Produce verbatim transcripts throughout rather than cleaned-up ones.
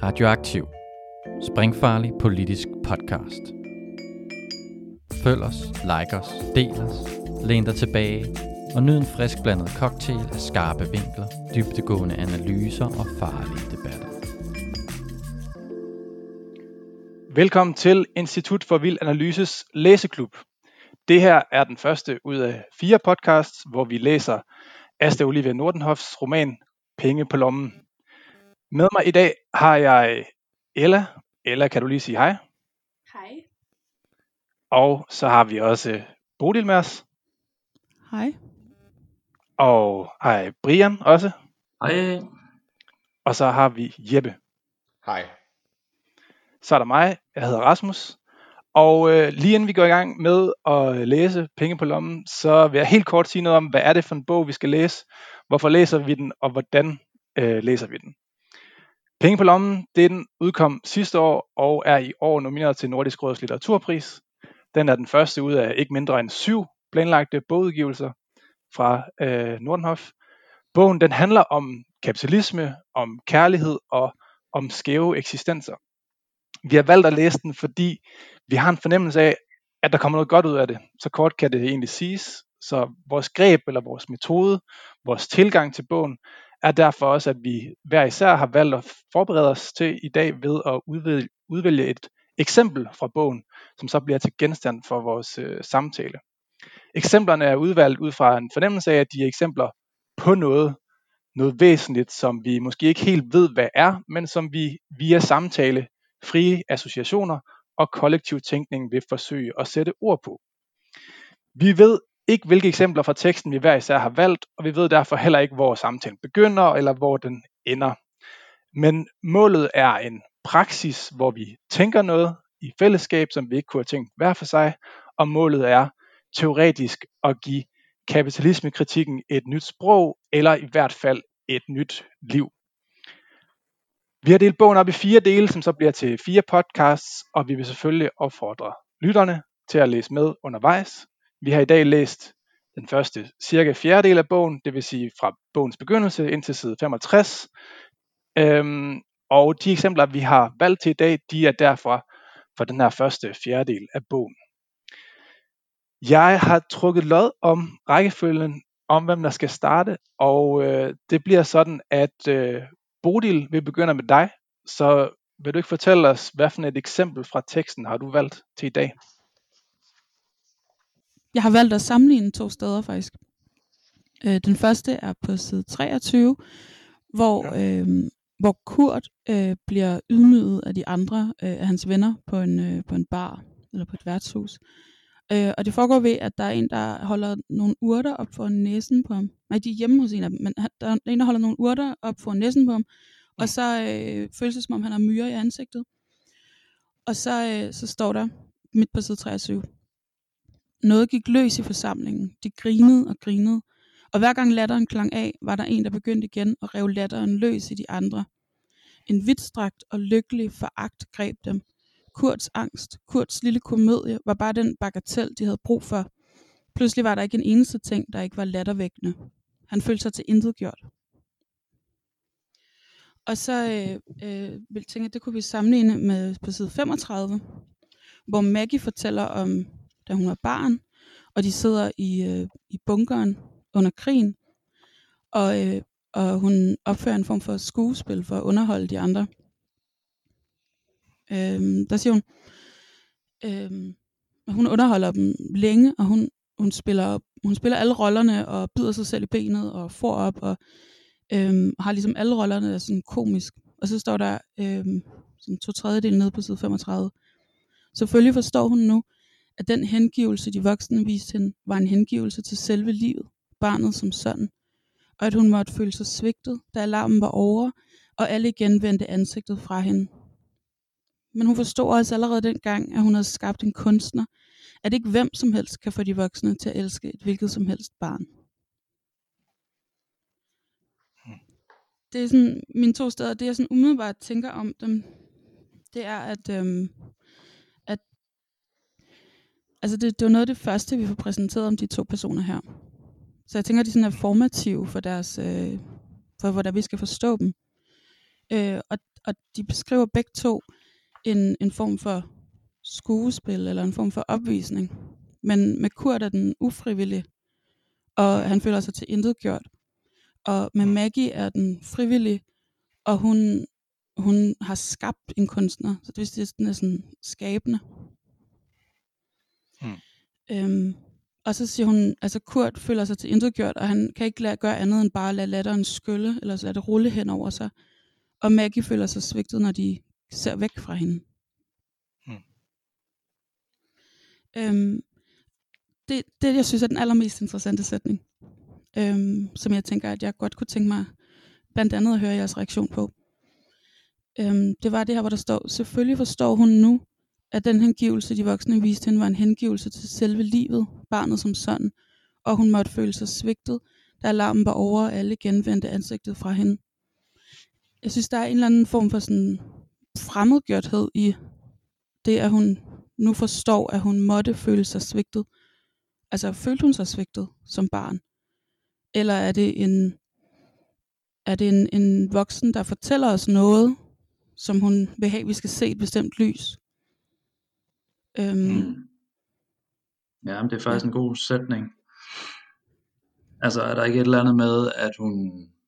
Radioaktiv. Springfarlig politisk podcast. Følg os, like os, del os, læn dig tilbage og nyd en frisk blandet cocktail af skarpe vinkler, dybdegående analyser og farlige debatter. Velkommen til Institut for Vild Analyses læseklub. Det her er den første ud af fire podcasts, hvor vi læser Asta Olivia Nordenhofs roman Penge på lommen. Med mig i dag har jeg Ella. Ella, kan du lige sige hej? Hej. Og så har vi også Bodil med os. Hej. Og hej Brian også. Hej. Og så har vi Jeppe. Hej. Så er der mig. Jeg hedder Rasmus. Og øh, lige inden vi går i gang med at læse Penge på lommen, så vil jeg helt kort sige noget om, hvad er det for en bog, vi skal læse, hvorfor læser vi den, og hvordan øh, læser vi den. Penge på lommen, det den udkom sidste år, og er i år nomineret til Nordisk Råds litteraturpris. Den er den første ud af ikke mindre end syv planlagte bogudgivelser fra øh, Nordenhof. Bogen den handler om kapitalisme, om kærlighed og om skæve eksistenser. Vi har valgt at læse den, fordi vi har en fornemmelse af, at der kommer noget godt ud af det. Så kort kan det egentlig siges. Så vores greb eller vores metode, vores tilgang til bogen, er derfor også, at vi hver især har valgt at forberede os til i dag ved at udvælge, udvælge et eksempel fra bogen, som så bliver til genstand for vores øh, samtale. Eksemplerne er udvalgt ud fra en fornemmelse af, at de er eksempler på noget, noget væsentligt, som vi måske ikke helt ved, hvad er, men som vi via samtale, frie associationer og kollektiv tænkning vil forsøge at sætte ord på. Vi ved ikke, hvilke eksempler fra teksten vi hver især har valgt, og vi ved derfor heller ikke, hvor samtalen begynder eller hvor den ender. Men målet er en praksis, hvor vi tænker noget i fællesskab, som vi ikke kunne have tænkt hver for sig, og målet er teoretisk at give kapitalismekritikken et nyt sprog, eller i hvert fald et nyt liv. Vi har delt bogen op i fire dele, som så bliver til fire podcasts, og vi vil selvfølgelig opfordre lytterne til at læse med undervejs. Vi har i dag læst den første cirka fjerdedel af bogen, det vil sige fra bogens begyndelse ind til side femogtres. Øhm, og de eksempler, vi har valgt til i dag, de er derfor for den her første fjerdedel af bogen. Jeg har trukket lod om rækkefølgen, om hvem der skal starte, og øh, det bliver sådan, at øh, Bodil, vi begynder med dig, så vil du ikke fortælle os, hvad for et eksempel fra teksten har du valgt til i dag? Jeg har valgt at sammenligne to steder faktisk. Øh, den første er på side treogtyve, hvor, ja. øh, hvor Kurt øh, bliver ydmyget af de andre øh, af hans venner på en, øh, på en bar eller på et værtshus. Øh, og det foregår ved, at der er en, der holder nogle urter op for næsen på ham. Nej, de er hjemme hos en af dem, men der er en, der holder nogle urter op for næsen på ham. Og så øh, føles det, som om han har myrer i ansigtet. Og så, øh, så står der midt på side treogtyve. Noget gik løs i forsamlingen. De grinede og grinede. Og hver gang latteren klang af, var der en, der begyndte igen og rev latteren løs i de andre. En vidtstrakt og lykkelig foragt greb dem. Kurts angst, Kurts lille komedie, var bare den bagatel, de havde brug for. Pludselig var der ikke en eneste ting, der ikke var lattervækkende. Han følte sig til intetgjort. Og så øh, øh, vil jeg tænke, at det kunne vi sammenligne med på side femogtredive, hvor Maggie fortæller om, da hun var barn, og de sidder i, øh, i bunkeren under krigen, og, øh, og hun opfører en form for skuespil for at underholde de andre. Øhm, der siger hun, øhm, at hun underholder dem længe, og hun, hun, spiller, hun spiller alle rollerne, og bider sig selv i benet, og får op, og øhm, har ligesom alle rollerne, der er sådan komisk. Og så står der øhm, sådan to tredjedel nede på side femogtredive. Selvfølgelig forstår hun nu, at den hengivelse, de voksne viste hende, var en hengivelse til selve livet, barnet som sådan, og at hun måtte føle sig svigtet, da alarmen var over, og alle igen vendte ansigtet fra hende. Men hun forstod også allerede dengang, at hun havde skabt en kunstner, at ikke hvem som helst kan få de voksne til at elske et hvilket som helst barn. Det er sådan, mine to steder, det jeg sådan umiddelbart tænker om dem, det er, at, øhm, at altså det, det var noget af det første, vi får præsenteret om de to personer her. Så jeg tænker, at de sådan er formative for deres, øh, for hvordan vi skal forstå dem. Øh, og, og de beskriver begge to en, en form for skuespil, eller en form for opvisning. Men med Kurt er den ufrivillig, og han føler sig til intet gjort. Og med Maggie er den frivillig, og hun, hun har skabt en kunstner. Så det vil sige, at den er sådan skabende. Mm. Øhm, og så siger hun, altså Kurt føler sig til intet gjort, og han kan ikke lade, gøre andet end bare lade latteren skylle, eller lade det rulle hen over sig. Og Maggie føler sig svigtet, når de ser væk fra hende. Mm. Øhm, det, det, jeg synes er den allermest interessante sætning, øhm, som jeg tænker, at jeg godt kunne tænke mig blandt andet at høre jeres reaktion på. Øhm, det var det her, hvor der står, selvfølgelig forstår hun nu, at den hengivelse, de voksne viste hende, var en hengivelse til selve livet, barnet som sådan, og hun måtte føle sig svigtet, da alarmen var over, og alle genvendte ansigtet fra hende. Jeg synes, der er en eller anden form for sådan fremmedgjorthed i det, at hun nu forstår, at hun måtte føle sig svigtet. Altså, følte hun sig svigtet som barn? Eller er det en, er det en, en voksen, der fortæller os noget, som hun vil have, vi skal se et bestemt lys? Øhm, Mm. Ja, men det er faktisk Ja. en god sætning. Altså, er der ikke et eller andet med, at hun,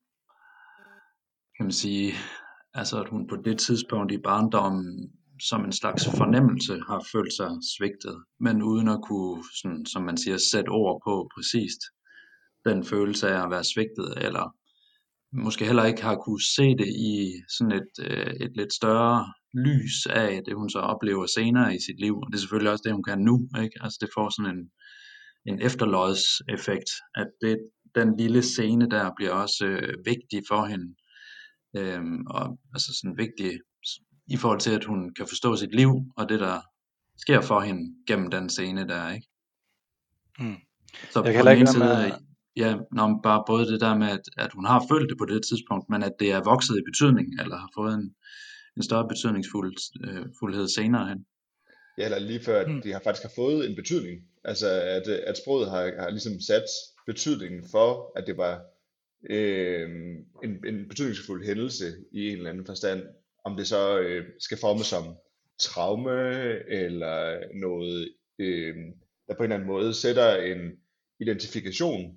kan man sige, altså at hun på det tidspunkt i barndommen, som en slags fornemmelse har følt sig svigtet, men uden at kunne, sådan, som man siger, sætte ord på præcist den følelse af at være svigtet, eller måske heller ikke har kunne se det i sådan et, øh, et lidt større lys af det, hun så oplever senere i sit liv. Og det er selvfølgelig også det, hun kan nu, ikke? Altså det får sådan en, en efterløjseffekt, at det, den lille scene der bliver også øh, vigtig for hende. Øhm, og altså sådan vigtig i forhold til, at hun kan forstå sit liv, og det der sker for hende gennem den scene der, ikke? Mm. Så Jeg kan på heller den ikke ene være side, med... ja, når man bare både det der med, at, at hun har følt det på det tidspunkt, men at det er vokset i betydning, eller har fået en, en større betydningsfuldhed øh, senere hen. Ja, eller lige før, at Mm. de har faktisk har fået en betydning. Altså, at, at sproget har, har ligesom sat betydningen for, at det var øh, en, en betydningsfuld hændelse i en eller anden forstand. Om det så øh, skal formes som traume, eller noget, øh, der på en eller anden måde sætter en identifikation.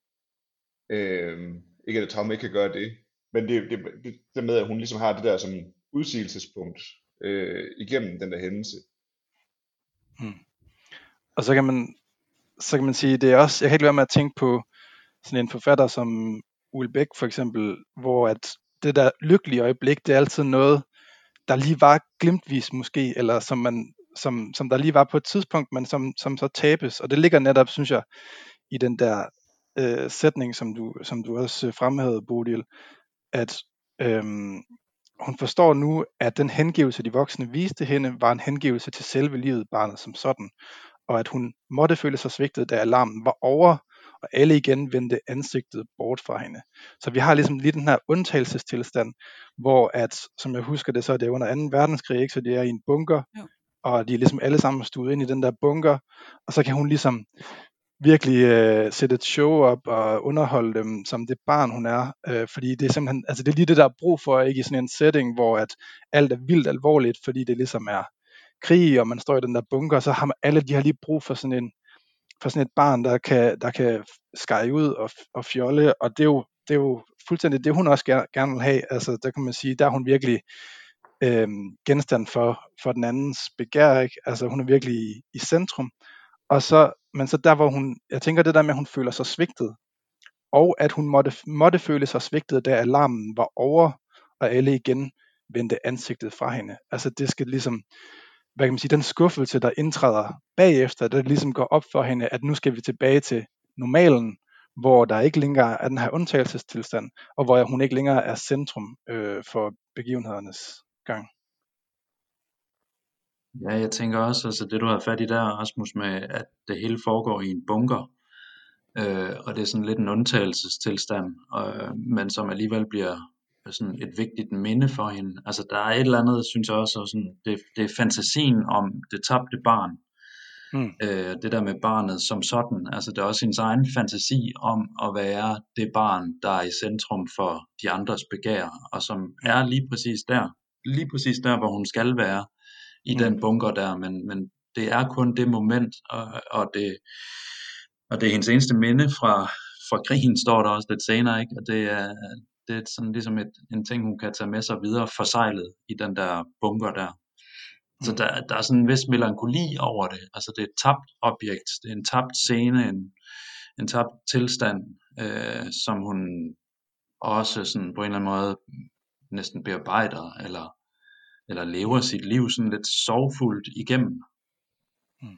Øh, ikke at traume ikke kan gøre det, men det, det, det, det med, at hun ligesom har det der som udsigelsespunkt øh, igennem den der hændelse. Mm. Og så kan man så kan man sige, det er også, jeg kan ikke lade være med at tænke på sådan en forfatter som Ole Bæk for eksempel, hvor at det der lykkelige øjeblik, det er altid noget, der lige var glimtvis måske, eller som man som, som der lige var på et tidspunkt, men som, som så tabes. Og det ligger netop, synes jeg, i den der øh, sætning, som du, som du også fremhævede, Bodil, at øhm, hun forstår nu, at den hengivelse, de voksne viste hende, var en hengivelse til selve livet, barnet som sådan, og at hun måtte føle sig svigtet, da alarmen var over, og alle igen vendte ansigtet bort fra hende. Så vi har ligesom lige den her undtagelsestilstand, hvor at, som jeg husker det, så er det under anden verdenskrig, ikke? Så det er i en bunker, Jo. og de er ligesom alle sammen stuet ind i den der bunker, og så kan hun ligesom virkelig øh, sætte et show op og underholde dem som det barn hun er, øh, fordi det er simpelthen, altså det er lige det der er brug for, ikke, i sådan en setting, hvor at alt er vildt alvorligt, fordi det ligesom er krig, og man står i den der bunker, så har man, alle de har lige brug for sådan en for sådan et barn, der kan der kan skære ud og, og fjolle, og det er jo det er jo fuldstændig det hun også gerne, gerne vil have. Altså der kan man sige, der er hun virkelig øh, genstand for for den andens begær, ikke? Altså hun er virkelig i, i centrum. Og så, men så der hvor hun, jeg tænker det der med, at hun føler sig svigtet, og at hun måtte, måtte føle sig svigtet, da alarmen var over, og alle igen vendte ansigtet fra hende. Altså det skal ligesom, hvad kan man sige, den skuffelse, der indtræder bagefter, der ligesom går op for hende, at nu skal vi tilbage til normalen, hvor der ikke længere er den her undtagelsestilstand, og hvor hun ikke længere er centrum øh, for begivenhedernes gang. Ja, jeg tænker også, altså det du har fat i der, Rasmus, med at det hele foregår i en bunker, øh, og det er sådan lidt en undtagelsestilstand, øh, men som alligevel bliver sådan et vigtigt minde for hende. Altså der er et eller andet, synes jeg også, og sådan, det, det er fantasien om det tabte barn, Mm. Øh, det der med barnet som sådan, altså det er også hendes egen fantasi om at være det barn, der er i centrum for de andres begær, og som Mm. er lige præcis der, lige præcis der, hvor hun skal være i Mm. den bunker der, men, men det er kun det moment, og, og, det, og det er hendes eneste minde fra, fra krigen, står der også lidt senere, ikke? Og det er, det er sådan ligesom et, en ting, hun kan tage med sig videre forsejlet i den der bunker der. Så Mm. der, der er sådan en vis melankoli over det. Altså det er et tabt objekt, det er en tabt scene, en, en tabt tilstand, øh, som hun også sådan på en eller anden måde næsten bearbejder, eller, eller lever sit liv sådan lidt sorgfuldt igennem. Mm.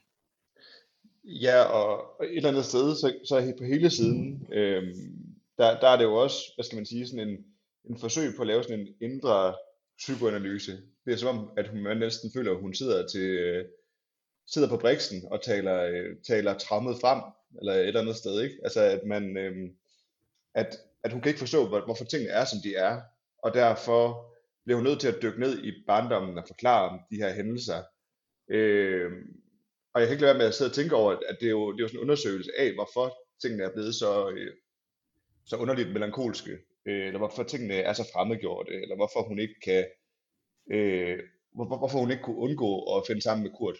Ja, og og et eller andet sted, så, så he- på hele siden, øhm, der, der er det jo også, hvad skal man sige, sådan en, en forsøg på at lave sådan en indre psykoanalyse. Det er som om, at hun man næsten føler, at hun sidder til, øh, sidder på briksen og taler, øh, taler trammet frem, eller et eller andet sted, ikke? Altså, at man, øhm, at, at hun kan ikke forstå, hvor- hvorfor tingene er, som de er, og derfor bliver hun nødt til at dykke ned i barndommen og forklare om de her hændelser. Øh, og jeg kan ikke lade være med at sidde og tænke over, at det er jo, det er jo sådan en undersøgelse af, hvorfor tingene er blevet så, øh, så underligt melankolske, øh, eller hvorfor tingene er så fremmedgjorte, eller hvorfor hun ikke kan, øh, hvor, hvorfor hun ikke kunne undgå at finde sammen med Kurt.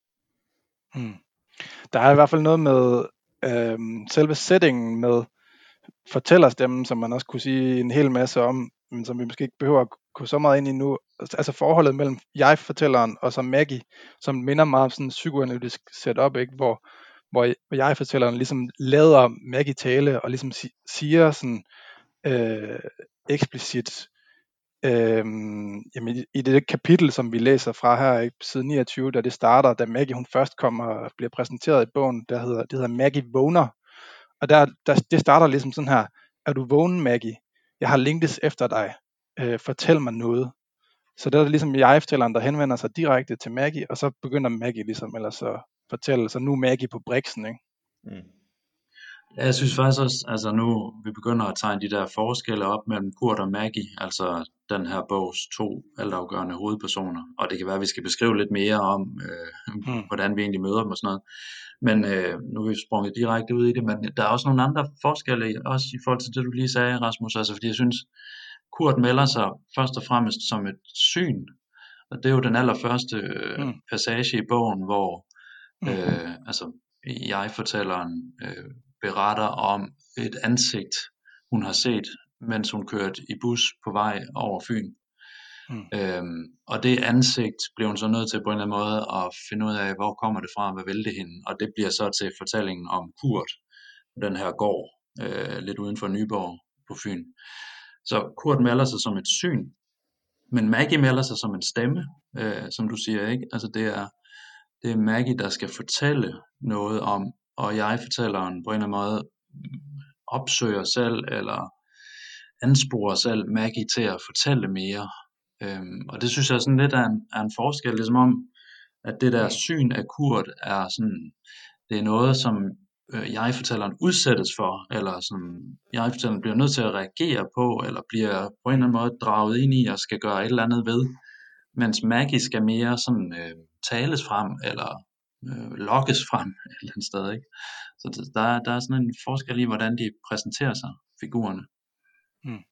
Mm. Der er i hvert fald noget med øhm, selve settingen med fortællerstemmen, som man også kunne sige en hel masse om, men som vi måske ikke behøver at gå så meget ind i nu. Altså forholdet mellem jeg-fortælleren og så Maggie, som minder meget om sådan en psykoanalytisk setup, ikke? Hvor, hvor jeg-fortælleren ligesom lader Maggie tale, og ligesom si- siger sådan øh, eksplicit, øh, jamen i, i det kapitel, som vi læser fra her, ikke, på side niogtyve, da det starter, da Maggie hun først kommer og bliver præsenteret i bogen, der hedder, det hedder Maggie vågner. Og der, der, det starter ligesom sådan her: er du vågen, Maggie? Jeg har længtes efter dig. Øh, fortæl mig noget. Så det er ligesom jeg-fortælleren, der henvender sig direkte til Maggie, og så begynder Maggie ligesom ellers at fortælle, så nu er Maggie på briksen, ikke? Mm. Ja, jeg synes faktisk også, altså nu vi begynder at tegne de der forskelle op mellem Kurt og Maggie, altså den her bogs to altafgørende hovedpersoner, og det kan være, at vi skal beskrive lidt mere om, øh, Mm. hvordan vi egentlig møder dem og sådan noget. Men øh, nu er vi sprunget direkte ud i det, men der er også nogle andre forskelle, også i forhold til det, du lige sagde, Rasmus, altså fordi jeg synes, Kurt melder sig først og fremmest som et syn, og det er jo den allerførste øh, Mm. passage i bogen, hvor Mm. øh, altså jeg-fortælleren øh, beretter om et ansigt, hun har set, mens hun kørte i bus på vej over Fyn. Mm. Øhm, og det ansigt bliver hun så nødt til på en eller anden måde at finde ud af, hvor kommer det fra, hvad vil det hende, og det bliver så til fortællingen om Kurt, den her gård, øh, lidt uden for Nyborg på Fyn. Så Kurt melder sig som et syn, men Maggie melder sig som en stemme, øh, som du siger, ikke? Altså det er, det er Maggie, der skal fortælle noget om, og jeg-fortælleren på en eller anden måde opsøger selv, eller ansporer selv Maggie til at fortælle mere. Øhm, og det synes jeg sådan lidt er en, er en forskel, ligesom om, at det der Mm. syn af Kurt er sådan, det er noget, som øh, jeg-fortælleren udsættes for, eller som jeg-fortælleren bliver nødt til at reagere på, eller bliver på en eller anden måde draget ind i, og skal gøre et eller andet ved, mens Maggie skal mere sådan øh, tales frem, eller øh, lokkes frem et eller andet sted, ikke? Så det- der, er- der er sådan en forskel i, hvordan de præsenterer sig, figurerne. Mm.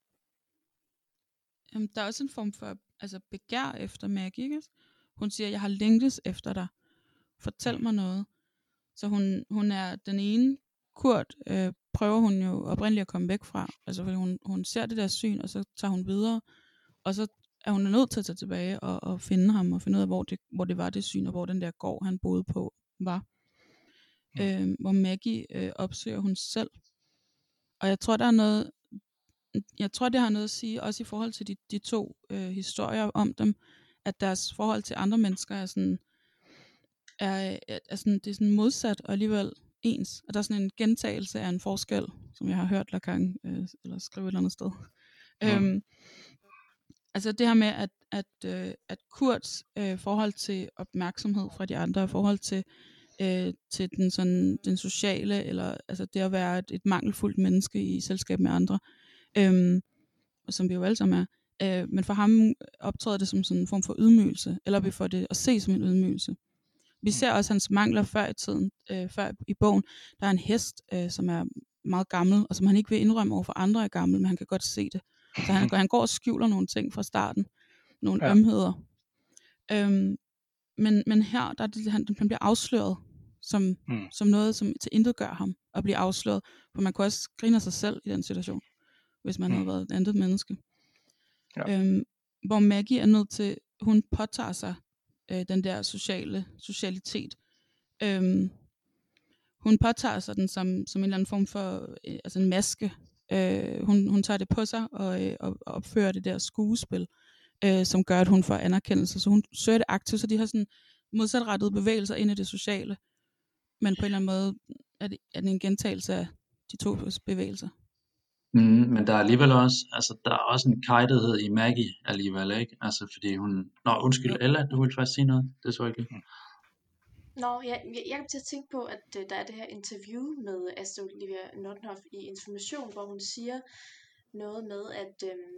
Jamen, der er også en form for altså, begær efter Maggie, ikke? Hun siger, jeg har længtes efter dig. Fortæl mig noget. Så hun, hun er den ene. Kurt øh, prøver hun jo oprindeligt at komme væk fra. Altså fordi hun, hun ser det der syn, og så tager hun videre. Og så er hun nødt til at tage tilbage og, og finde ham, og finde ud af, hvor det, hvor det var det syn, og hvor den der gård, han boede på, var. Mm. Øh, hvor Maggie øh, opsøger hun selv. Og jeg tror, der er noget, jeg tror, det har noget at sige, også i forhold til de, de to øh, historier om dem, at deres forhold til andre mennesker er sådan, er, er, er sådan, det er sådan modsat og alligevel ens. Og der er sådan en gentagelse af en forskel, som jeg har hørt Lacan øh, eller skrive et eller andet sted. Mm. Øhm, altså det her med, at, at, øh, at Kurts øh, forhold til opmærksomhed fra de andre, forhold til, øh, til den, sådan, den sociale, eller altså det at være et, et mangelfuldt menneske i selskab med andre, øhm, som vi jo alle sammen er, øh, men for ham optræder det som sådan en form for ydmygelse, eller vi får det at se som en ydmygelse. Vi ser også hans mangler før i tiden, øh, før i bogen. Der er en hest, øh, som er meget gammel, og som han ikke vil indrømme over for andre er gammel, men han kan godt se det. Så han, han går og skjuler nogle ting fra starten, nogle Ja. ømheder. Øhm, men, men her, der er det, han, han bliver afsløret som, Mm. som noget, som til intet gør ham at blive afsløret. For man kunne også grine af sig selv i den situation, hvis man Mm. havde været et andet menneske. Ja. Øhm, hvor Maggie er nødt til, hun påtager sig øh, den der sociale socialitet. Øhm, hun påtager sig den som, som en eller anden form for øh, altså en maske. Øh, hun, hun tager det på sig og, øh, og, og opfører det der skuespil, øh, som gør, at hun får anerkendelse. Så hun søger det aktivt, så de har sådan modsatrettede bevægelser ind i det sociale. Men på en eller anden måde er det, er det en gentagelse af de to bevægelser. Mm, men der er alligevel også, altså der er også en kajtethed i Maggie alligevel, ikke? Altså fordi hun, nå undskyld, Jo. Ella, du ville faktisk sige noget, det så ikke lige. Nå, jeg, jeg, jeg kom til at tænke på, at uh, der er det her interview med Asta Olivia Nordenhof i Information, hvor hun siger noget med, at, øhm,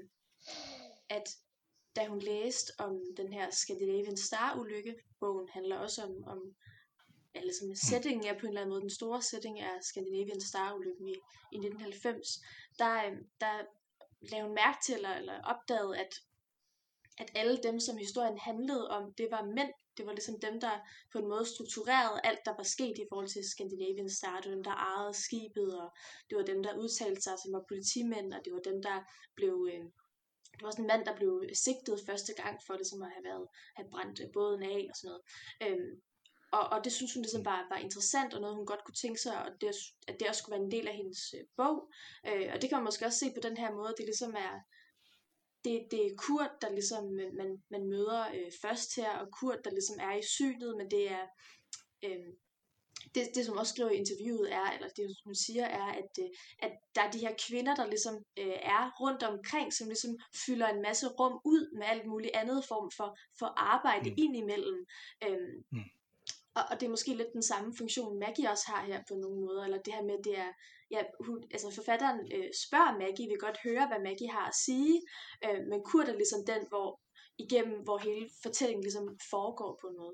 at da hun læste om den her Scandinavian Star-ulykke, bogen handler også om, om ja, ligesom settingen er på en eller anden måde, den store setting er Scandinavian Star-ulykken i, i nitten halvfems, der, øhm, der lavede hun mærke til, eller, eller opdagede, at, at alle dem, som historien handlede om, det var mænd. Det var ligesom dem, der på en måde strukturerede alt, der var sket i forhold til Scandinavian Star. Det var dem, der ejede skibet, og det var dem, der udtalte sig, som var politimænd, og det var dem, der blev... Øh, det var sådan en mand, der blev sigtet første gang for det, som at have, været, have brændt båden af og sådan noget. Øhm, og, og det synes hun ligesom var, var interessant, og noget hun godt kunne tænke sig, og det, at det også skulle være en del af hendes øh, bog. Øh, og det kan man måske også se på den her måde, det ligesom er... Det, det er Kurt, der ligesom man, man møder øh, først her, og Kurt, der ligesom er i synet, men det er, øh, det, det som også skriver i interviewet er, eller det hun siger er, at, øh, at der er de her kvinder, der ligesom øh, er rundt omkring, som ligesom fylder en masse rum ud med alt muligt andet form for, for arbejde mm. ind imellem. Øh, mm. og, og det er måske lidt den samme funktion, Maggie også har her på nogle måder, eller det her med, det er, ja, hun, altså forfatteren øh, spørger Maggie, vil godt høre, hvad Maggie har at sige, øh, men Kurt er ligesom den, hvor igennem, hvor hele fortællingen ligesom foregår på en måde.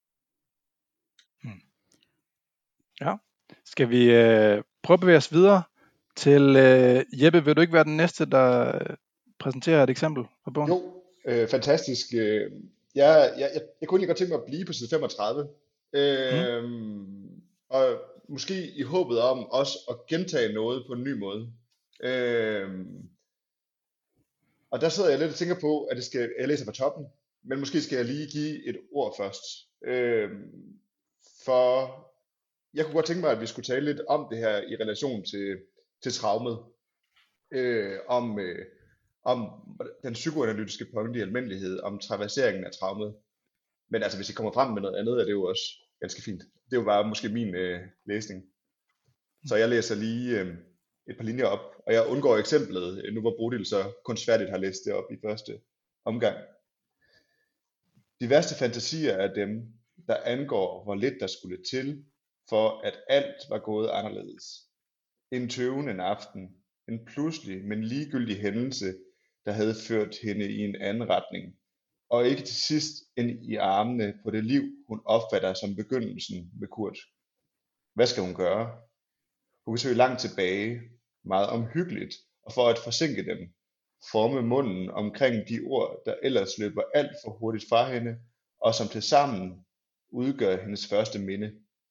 Hmm. Ja, skal vi øh, prøve at bevæge os videre til øh, Jeppe, vil du ikke være den næste, der øh, præsenterer et eksempel fra bogen? Jo, øh, fantastisk. Øh, jeg, jeg, jeg, jeg kunne egentlig godt tænke mig at blive på side femogtredive, øh, hmm. og måske i håbet om også at gentage noget på en ny måde. Øhm, og der sidder jeg lidt og tænker på, at det skal, jeg læser fra toppen, men måske skal jeg lige give et ord først. Øhm, for jeg kunne godt tænke mig, at vi skulle tale lidt om det her i relation til, til traumet. Øh, om, øh, om den psykoanalytiske pointe i almindelighed, om traverseringen af traumet. Men altså, hvis I kommer frem med noget andet, er det jo også ganske fint. Det er jo bare måske min øh, læsning. Så jeg læser lige øh, et par linjer op, og jeg undgår eksemplet, øh, nu hvor Bodil så kunstfærdigt har læst det op i første omgang. De værste fantasier er dem, der angår, hvor lidt der skulle til, for at alt var gået anderledes. En tøvende aften, en pludselig, men ligegyldig hændelse, der havde ført hende i en anden retning, og ikke til sidst ind i armene på det liv, hun opfatter som begyndelsen med Kurt. Hvad skal hun gøre? Hun kan søge langt tilbage, meget omhyggeligt, og for at forsinke dem, forme munden omkring de ord, der ellers løber alt for hurtigt fra hende, og som tilsammen udgør hendes første minde.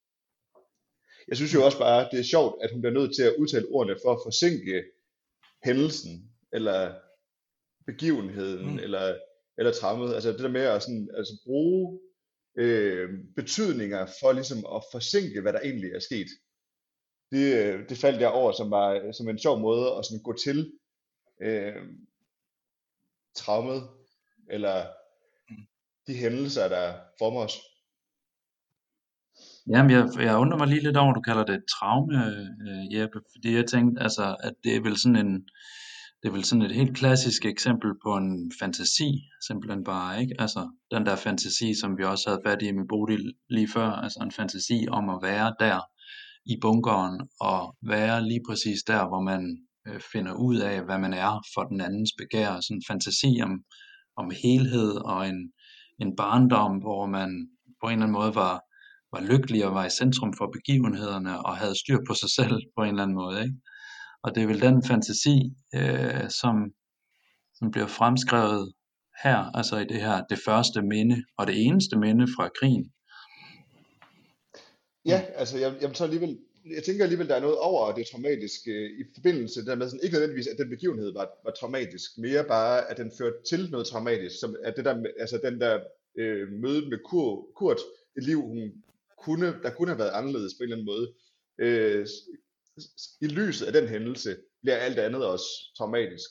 Jeg synes jo også bare, det er sjovt, at hun bliver nødt til at udtale ordene for at forsinke hændelsen, eller begivenheden, mm. eller, eller traumet. Altså det der med at sådan, altså bruge øh, betydninger for ligesom at forsinke, hvad der egentlig er sket. Det, det faldt jeg over som, var, som en sjov måde at sådan gå til øh, traumet, eller de hændelser, der former os. Jamen, jeg, jeg undrer mig lige lidt over, at du kalder det et traume, øh, Jeppe, fordi jeg tænkte, altså, at det er vel sådan en, det er vel sådan et helt klassisk eksempel på en fantasi, simpelthen bare, ikke? Altså, den der fantasi, som vi også havde fat i med Bodil lige før, altså en fantasi om at være der i bunkeren, og være lige præcis der, hvor man øh, finder ud af, hvad man er for den andens begær, sådan en fantasi om, om helhed og en, en barndom, hvor man på en eller anden måde var var lykkelig og var i centrum for begivenhederne og havde styr på sig selv på en eller anden måde, ikke? Og det er vel den fantasi, øh, som, som bliver fremskrevet her, altså i det her, det første minde, og det eneste minde fra krigen. Ja, altså jeg, jeg, så alligevel, jeg tænker alligevel, der er noget over det traumatiske i forbindelse der med sådan, ikke nødvendigvis, at den begivenhed var, var traumatisk, mere bare, at den førte til noget traumatisk, som at det der, med- altså den der øh, møde med Kur, Kurt, et liv, hun kunne, der kunne have været anderledes på en eller anden måde. Øh, s- s- I lyset af den hændelse bliver alt andet også traumatisk.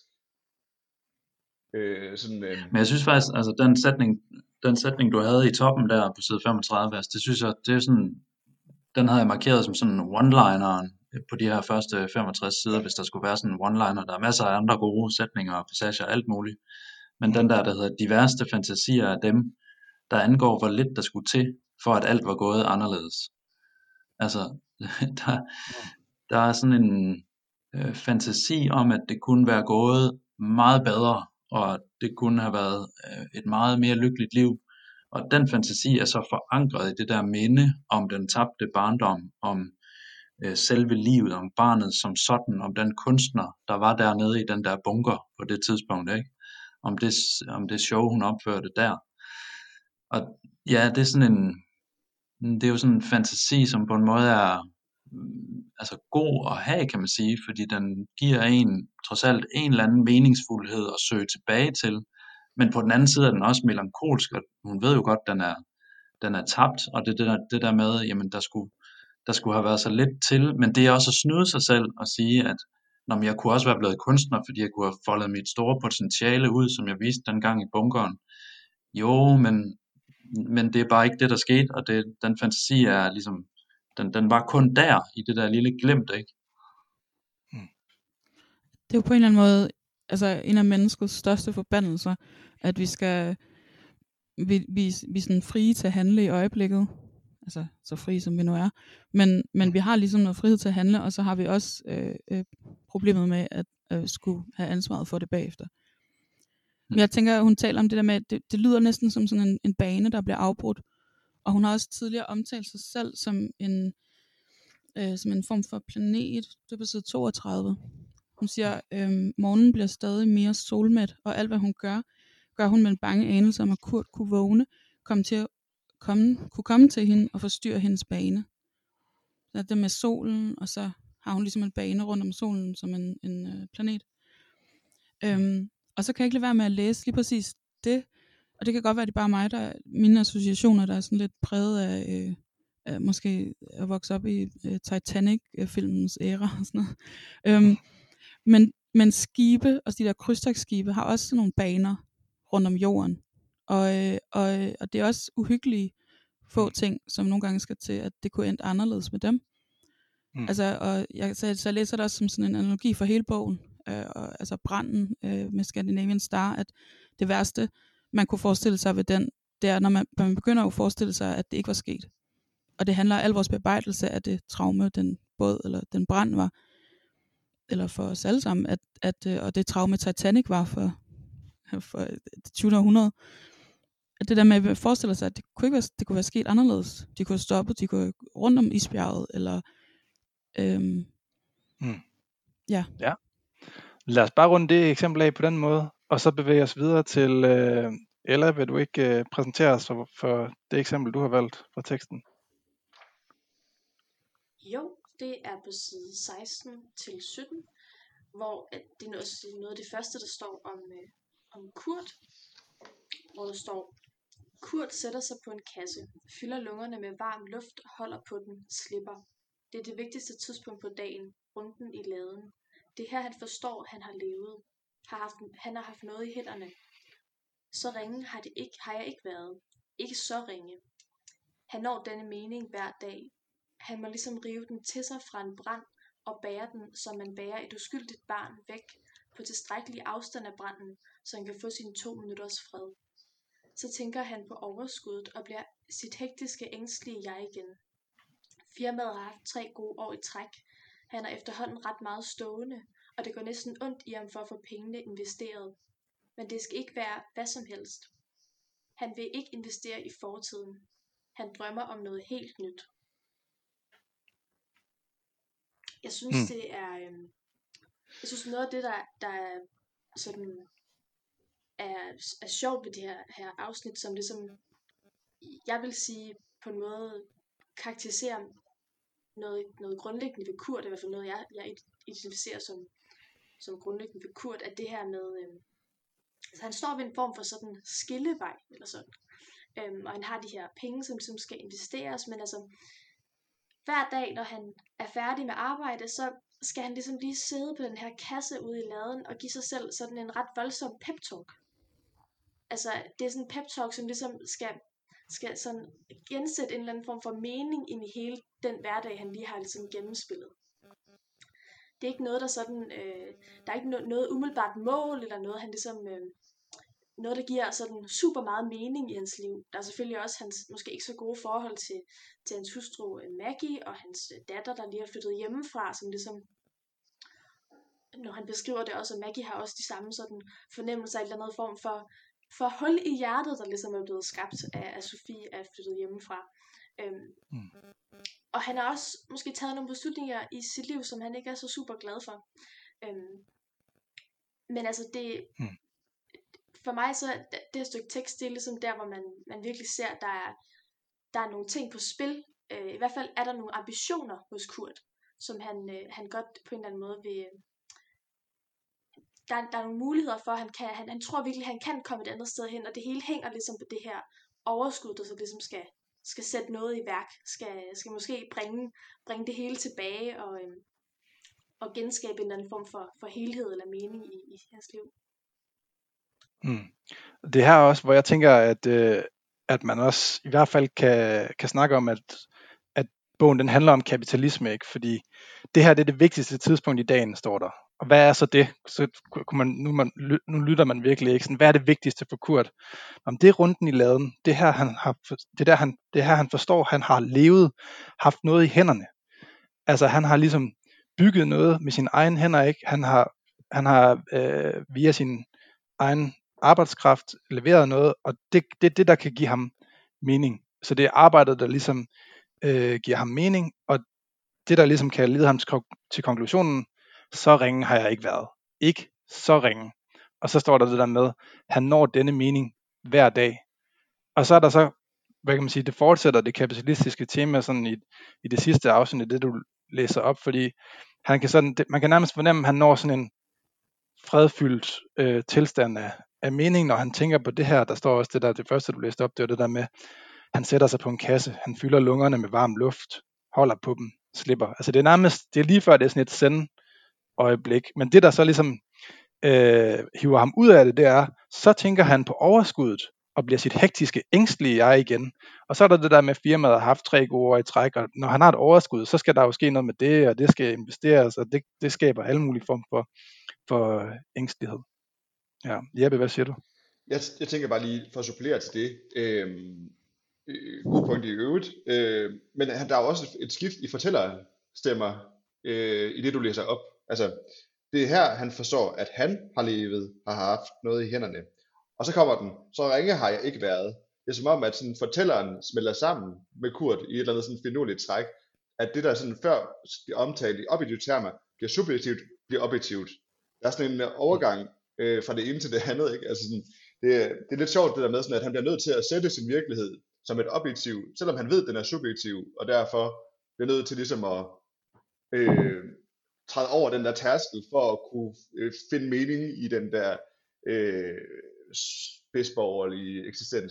Øh, sådan, øh, Men jeg synes faktisk, altså den sætning, den sætning du havde i toppen der på side femogtredive, altså det synes jeg, det er sådan, den havde jeg markeret som sådan one-lineren på de her første femogtres sider, hvis der skulle være sådan en one-liner. Der er masser af andre gode sætninger og passager og alt muligt. Men den der, der hedder de værste fantasier af dem, der angår, hvor lidt der skulle til, for at alt var gået anderledes. Altså, der, der er sådan en øh, fantasi om, at det kunne være gået meget bedre, og at det kunne have været øh, et meget mere lykkeligt liv. Og den fantasi er så forankret i det der minde om den tabte barndom, om øh, selve livet, om barnet som sådan, om den kunstner, der var dernede i den der bunker på det tidspunkt, ikke? Om det, om det show, hun opførte der. Og ja, det er sådan en, det er jo sådan en fantasi, som på en måde er mm, altså god at have, kan man sige, fordi den giver en trods alt en eller anden meningsfuldhed at søge tilbage til. Men på den anden side er den også melankolsk, og hun ved jo godt, den er, den er tabt, og det, det, der, det der med, jamen der skulle, der skulle have været så lidt til, men det er også at snyde sig selv og sige, at nå, men jeg kunne også være blevet kunstner, fordi jeg kunne have foldet mit store potentiale ud, som jeg viste dengang i bunkeren. Jo, men, men det er bare ikke det, der skete, og det, den fantasi er ligesom, den, den var kun der, i det der lille glimt, ikke? Det er jo på en eller anden måde altså en af menneskets største forbandelser, at vi skal vi, vi, vi er sådan frie til at handle i øjeblikket. Altså så frie som vi nu er. Men, men vi har ligesom noget frihed til at handle, og så har vi også øh, øh, problemet med at øh, skulle have ansvaret for det bagefter. Men jeg tænker, at hun taler om det der med, at det, det lyder næsten som sådan en, en bane, der bliver afbrudt. Og hun har også tidligere omtalt sig selv som en, øh, som en form for planet. Det er på side toogtredive. Hun siger, øh, morgenen bliver stadig mere solmæt, og alt hvad hun gør, gør hun med en bange anelse om, at Kurt kunne vågne, komme til at komme, kunne komme til hende og forstyrre hendes bane. Så det med solen, og så har hun ligesom en bane rundt om solen som en, en øh, planet. Øhm, og så kan jeg ikke lade være med at læse lige præcis det, og det kan godt være, at det er bare mig, der mine associationer, der er sådan lidt præget af, øh, af måske at vokse op i øh, Titanic-filmens æra og sådan noget. Øhm, men, men skibe, og de der krydstogtskibe, har også sådan nogle baner rundt om jorden. Og, øh, og, og det er også uhyggelige få ting, som nogle gange skal til, at det kunne ende anderledes med dem. Mm. Altså, og jeg, så, så jeg læser det også som sådan en analogi for hele bogen, øh, og, altså branden øh, med Scandinavian Star, at det værste, man kunne forestille sig ved den, det er, når man, man begynder at forestille sig, at det ikke var sket. Og det handler al vores bearbejdelse af det traume, den båd eller den brand var, eller for os alle sammen, at, at, og det traume Titanic var for, for det tyvende århundrede. At det der med at forestille sig, at det kunne, ikke være, det kunne være sket anderledes. De kunne have stoppet, de kunne have rundt om isbjerget, eller øhm, mm. ja. ja. Lad os bare runde det eksempel af på den måde, og så bevæge os videre til øh, Ella, vil du ikke øh, præsentere os for, for det eksempel, du har valgt fra teksten? Jo, det er på side seksten til sytten, hvor at det er også noget af det første, der står om, øh, om Kurt, hvor der står: Kurt sætter sig på en kasse, fylder lungerne med varm luft, holder på den, slipper. Det er det vigtigste tidspunkt på dagen, runden i laden. Det er her, han forstår, han har levet. Har haft, han har haft noget i hænderne. Så ringe har, det ikke, har jeg ikke været. Ikke så ringe. Han når denne mening hver dag. Han må ligesom rive den til sig fra en brand og bære den, som man bærer et uskyldigt barn væk på tilstrækkelig afstand af branden, så han kan få sine to minutters fred. Så tænker han på overskuddet og bliver sit hektiske, ængstlige jeg igen. Firmaet har haft tre gode år i træk. Han er efterhånden ret meget stående, og det går næsten ondt i ham for at få pengene investeret. Men det skal ikke være hvad som helst. Han vil ikke investere i fortiden. han drømmer om noget helt nyt. Jeg synes, Mm. det er, øh, jeg synes noget af det, der, der er sådan, er, er sjovt ved det her, her afsnit, som ligesom, jeg vil sige, på en måde karakteriserer noget, noget grundlæggende ved Kurt, i hvert fald noget, jeg, jeg identificerer som, som grundlæggende ved Kurt, at det her med, øh, altså han står ved en form for sådan skillevej, eller sådan, øhm, og han har de her penge, som ligesom skal investeres, men altså, hver dag, når han er færdig med arbejde, så skal han ligesom lige sidde på den her kasse ude i laden, og give sig selv sådan en ret voldsom pep-talk. Altså, det er sådan en pep-talk, som ligesom skal, skal sådan gensætte en eller anden form for mening ind i hele den hverdag, han lige har ligesom gennemspillet. Det er ikke noget, der sådan, øh, der er ikke no- noget umiddelbart mål, eller noget, han ligesom, øh, noget, der giver sådan super meget mening i hans liv. Der er selvfølgelig også hans måske ikke så gode forhold til, til hans hustru Maggie, og hans datter, der lige er flyttet hjemmefra, som ligesom, når han beskriver det også, og Maggie har også de samme sådan fornemmelser af en eller anden form for, for hul i hjertet, der ligesom er blevet skabt af, af Sofie, er flyttet hjemmefra. Øhm, Mm. Og han har også måske taget nogle beslutninger i sit liv, som han ikke er så super glad for. Øhm, men altså det, Mm. for mig så er det det her stykke tekst, det er ligesom der, hvor man, man virkelig ser, at der er, der er nogle ting på spil. Øh, I hvert fald er der nogle ambitioner hos Kurt, som han, øh, han godt på en eller anden måde vil... Der, der er nogle muligheder for, at han, kan, han, han tror virkelig, at han kan komme et andet sted hen, og det hele hænger ligesom på det her overskud, der så ligesom skal, skal sætte noget i værk, skal, skal måske bringe, bringe det hele tilbage, og, øh, og genskabe en eller anden form for, for helhed eller mening i, i hans liv. Mm. Det her også, hvor jeg tænker, at, øh, at man også i hvert fald kan, kan snakke om, at, at bogen den handler om kapitalisme, ikke? Fordi det her det er det vigtigste tidspunkt i dagen, står der. Og hvad er så det? Så kunne man, nu, man, nu lytter man virkelig ikke. Sådan, hvad er det vigtigste for Kurt? Om det er runden i laden. Det her han har, det der han, det her han forstår, han har levet, haft noget i hænderne. Altså han har ligesom bygget noget med sine egne hænder, ikke? Han har, han har øh, via sin egen arbejdskraft leveret noget, og det er det, det, der kan give ham mening. Så det er arbejdet, der ligesom øh, giver ham mening, og det, der ligesom kan lede ham til, til konklusionen, så ringe har jeg ikke været. Ikke så ringe. Og så står der det der med, han når denne mening hver dag. Og så er der så, hvad kan man sige, det fortsætter det kapitalistiske tema sådan i, i det sidste afsnit, det du læser op, fordi han kan sådan, det, man kan nærmest fornemme, at han når sådan en fredfyldt øh, tilstand af, af mening, når han tænker på det her. Der står også det der, det første du læste op, det var det der med, han sætter sig på en kasse, han fylder lungerne med varm luft, holder på dem, slipper. Altså det er nærmest, det er lige før det er sådan et send øjeblik, men det der så ligesom øh, hiver ham ud af det, det er, så tænker han på overskuddet, og bliver sit hektiske, ængstlige jeg igen. Og så er der det der med, at firmaet har haft tre gode år i træk, og når han har et overskud, så skal der jo ske noget med det, og det skal investeres, og det, det skaber alle mulige form for, for ængstelighed. Ja, Jeppe, hvad siger du? Jeg, jeg tænker bare lige, for at supplere til det, øh, øh, god point i øvrigt, øh, men han- der er jo også et skift i fortællerstemmer øh, i det, du læser op. Altså, det er her, han forstår, at han har levet, har haft noget i hænderne. Og så kommer den, så ringe har jeg ikke været. Det er som om, at sådan fortælleren smelter sammen med Kurt i et eller andet sådan finurligt træk, at det, der sådan før bliver omtalt i objektive termer, bliver subjektivt, bliver objektivt. Der er sådan en øh, overgang øh, fra det ene til det andet, ikke? Altså sådan, det, er- det er lidt sjovt det der med, sådan, at han bliver nødt til at sætte sin virkelighed som et objektiv, selvom han ved, at den er subjektiv, og derfor bliver nødt til ligesom at øh, træde over den der tærskel for at kunne øh, finde mening i den der øh, spidsborgerlige eksistens.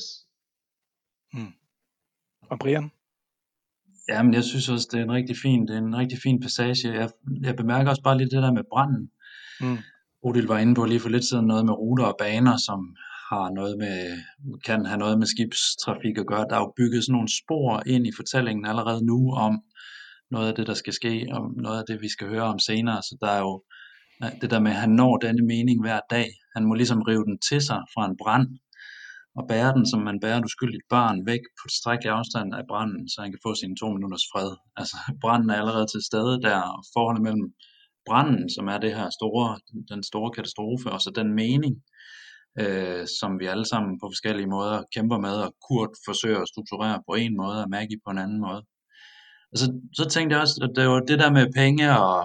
Hmm. Og Brian? Ja, men jeg synes også, det er en rigtig fin, det er en rigtig fin passage. Jeg, jeg bemærker også bare lidt det der med branden. Hmm. Odil var inde på lige for lidt siden noget med ruter og baner, som har noget med, kan have noget med skibstrafik at gøre. Der er jo bygget sådan nogle spor ind i fortællingen allerede nu om noget af det, der skal ske, og noget af det, vi skal høre om senere. Så der er jo det der med, at han når denne mening hver dag. Han må ligesom rive den til sig fra en brand, og bære den, som man bærer et uskyldigt barn, væk på tilstrækkelig afstand af branden, så han kan få sine to minutters fred. Altså, branden er allerede til stede der, og forholdet mellem branden, som er det her store, den store katastrofe, og så den mening, øh, som vi alle sammen på forskellige måder kæmper med, og Kurt forsøger at strukturere på en måde, og Maggie på en anden måde. Og så, så tænkte jeg også, at det var det der med penge og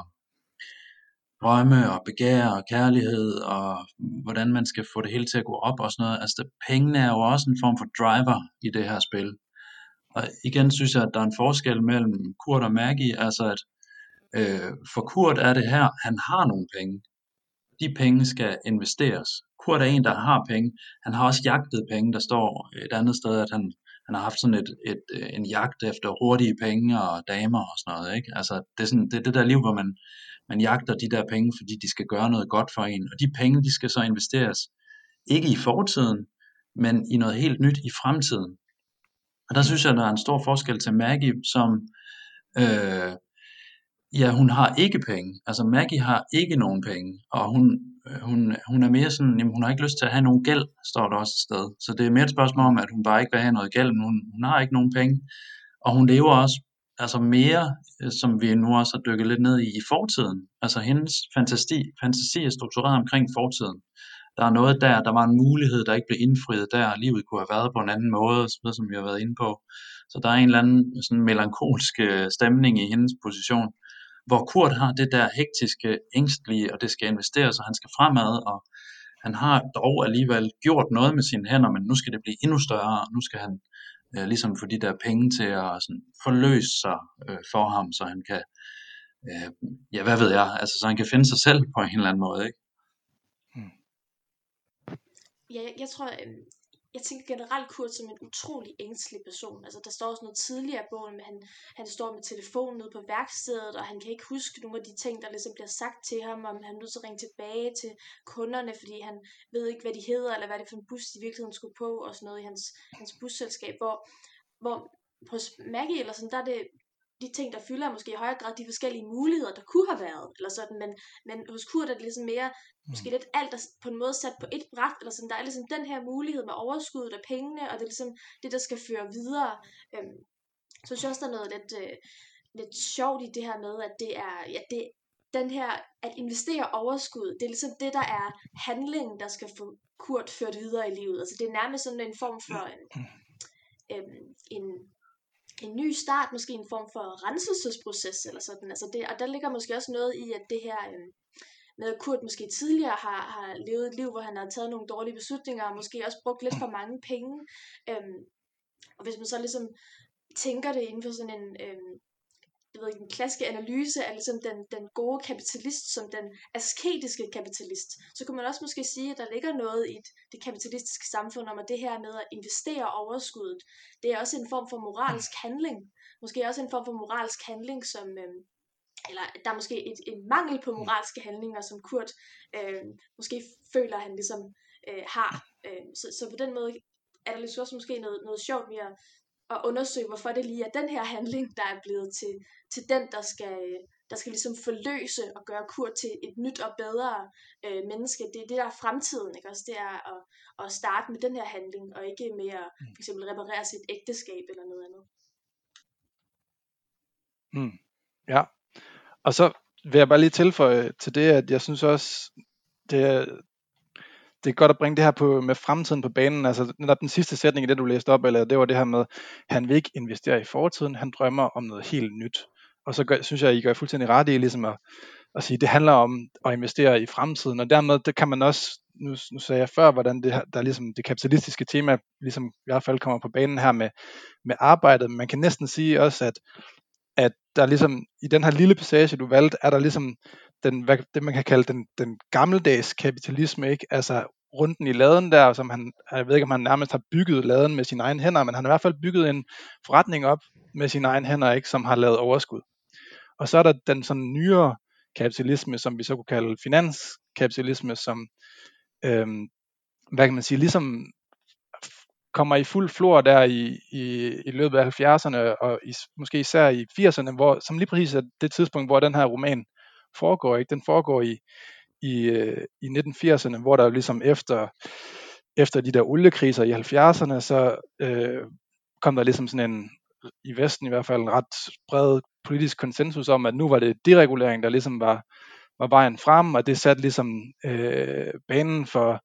drømme og begær og kærlighed, og hvordan man skal få det hele til at gå op og sådan noget. Altså, det, pengene er jo også en form for driver i det her spil. Og igen synes jeg, at der er en forskel mellem Kurt og Maggie, altså at øh, for Kurt er det her, han har nogle penge. De penge skal investeres. Kurt er en, der har penge. Han har også jagtet penge. Der står et andet sted, at han, han har haft sådan et, et, en jagt efter hurtige penge og damer og sådan noget. Ikke? Altså, det, er sådan, det er det der liv, hvor man, man jagter de der penge, fordi de skal gøre noget godt for en. Og de penge, de skal så investeres. Ikke i fortiden, men i noget helt nyt i fremtiden. Og der synes jeg, der er en stor forskel til Maggie, som... Øh, Ja, hun har ikke penge. Altså Maggie har ikke nogen penge, og hun, hun, hun er mere sådan, jamen hun har ikke lyst til at have nogen gæld, står der også et sted. Så det er mere et spørgsmål om, at hun bare ikke vil have noget gæld, men hun, hun har ikke nogen penge. Og hun lever også altså mere, som vi nu også har dykket lidt ned i, i fortiden. Altså hendes fantasi, fantasi er struktureret omkring fortiden. Der er noget der, der var en mulighed, der ikke blev indfriet der, livet kunne have været på en anden måde, som vi har været inde på. Så der er en eller anden sådan melankolsk stemning i hendes position, hvor Kurt har det der hektiske, ængstlige, og det skal investeres, og han skal fremad, og han har dog alligevel gjort noget med sine hænder, men nu skal det blive endnu større, og nu skal han øh, ligesom få de der penge til at sådan, forløse sig øh, for ham, så han kan, øh, ja hvad ved jeg, altså så han kan finde sig selv på en eller anden måde, ikke? Hmm. Ja, jeg, jeg tror, øh, jeg tænker generelt Kurt som en utrolig ængstelig person. Altså der står også noget tidligere i bogen, men han, han står med telefonen nede på værkstedet, og han kan ikke huske nogle af de ting, der ligesom bliver sagt til ham, om han er nødt til at ringe tilbage til kunderne, fordi han ved ikke, hvad de hedder, eller hvad det er for en bus, de i virkeligheden skulle på, og sådan noget i hans, hans busselskab, hvor, hvor hos Maggie eller sådan, der er det de ting, der fylder måske i højere grad de forskellige muligheder, der kunne have været, eller sådan, men, men hos Kurt er det ligesom mere, måske lidt alt er på en måde sat på et bræt, eller sådan, der er ligesom den her mulighed med overskuddet af pengene, og det er ligesom det, der skal føre videre. Øhm, så synes jeg også, der er noget lidt, øh, lidt sjovt i det her med, at det er, ja, det, den her, at investere overskud, det er ligesom det, der er handlingen, der skal få Kurt ført videre i livet. Altså det er nærmest sådan en form for en, øhm, en en ny start, måske en form for renselsesproces eller sådan, altså det, og der ligger måske også noget i, at det her øh, med at Kurt måske tidligere har, har levet et liv, hvor han har taget nogle dårlige beslutninger, og måske også brugt lidt for mange penge, øhm, og hvis man så ligesom tænker det inden for sådan en, øhm, jeg ved ikke, en klassisk analyse af ligesom den, den gode kapitalist som den asketiske kapitalist, så kunne man også måske sige, at der ligger noget i det kapitalistiske samfund om, at det her med at investere overskuddet, det er også en form for moralsk handling. Måske også en form for moralsk handling, som, øh, eller der er måske et, en mangel på moralske handlinger, som Kurt øh, måske føler, han ligesom øh, har. Øh, så, så på den måde er der ligesom også måske noget, noget sjovt ved at at undersøge, hvorfor det lige er den her handling, der er blevet til, til den, der skal, der skal ligesom forløse og gøre Kurt til et nyt og bedre øh, menneske. Det er det, der er fremtiden, ikke også? Det er at, at starte med den her handling, og ikke med at for eksempel reparere sit ægteskab eller noget andet. Mm. Ja, og så vil jeg bare lige tilføje til det, at jeg synes også, det er, det er godt at bringe det her på, med fremtiden på banen. Altså netop den sidste sætning i det, du læste op, eller det var det her med, han vil ikke investere i fortiden, han drømmer om noget helt nyt. Og så gør, synes jeg, I gør fuldstændig ret i ligesom at, at sige, det handler om at investere i fremtiden, og dermed, det kan man også, nu, nu sagde jeg før, hvordan det, der ligesom det kapitalistiske tema, ligesom i hvert fald kommer på banen her med, med arbejdet. Man kan næsten sige også, at, at der ligesom, i den her lille passage, du valgte, er der ligesom, den, hvad, det man kan kalde den, den gammeldags kapitalisme, ikke? Altså runden i laden der, som han, jeg ved ikke om han nærmest har bygget laden med sine egne hænder, men han har i hvert fald bygget en forretning op med sine egne hænder, ikke? Som har lavet overskud. Og så er der den sådan nyere kapitalisme, som vi så kunne kalde finanskapitalisme, som, øhm, hvad kan man sige, ligesom kommer i fuld flor der i, i, i løbet af halvfjerdserne, og i, måske især i firserne, hvor, som lige præcis er det tidspunkt, hvor den her roman foregår, ikke? Den foregår i, i, i nitten firserne, hvor der jo ligesom efter, efter de der oliekriser i halvfjerdserne, så øh, kom der ligesom sådan en, i Vesten i hvert fald, en ret bred politisk konsensus om, at nu var det deregulering, der ligesom var, var vejen frem, og det satte ligesom øh, banen for,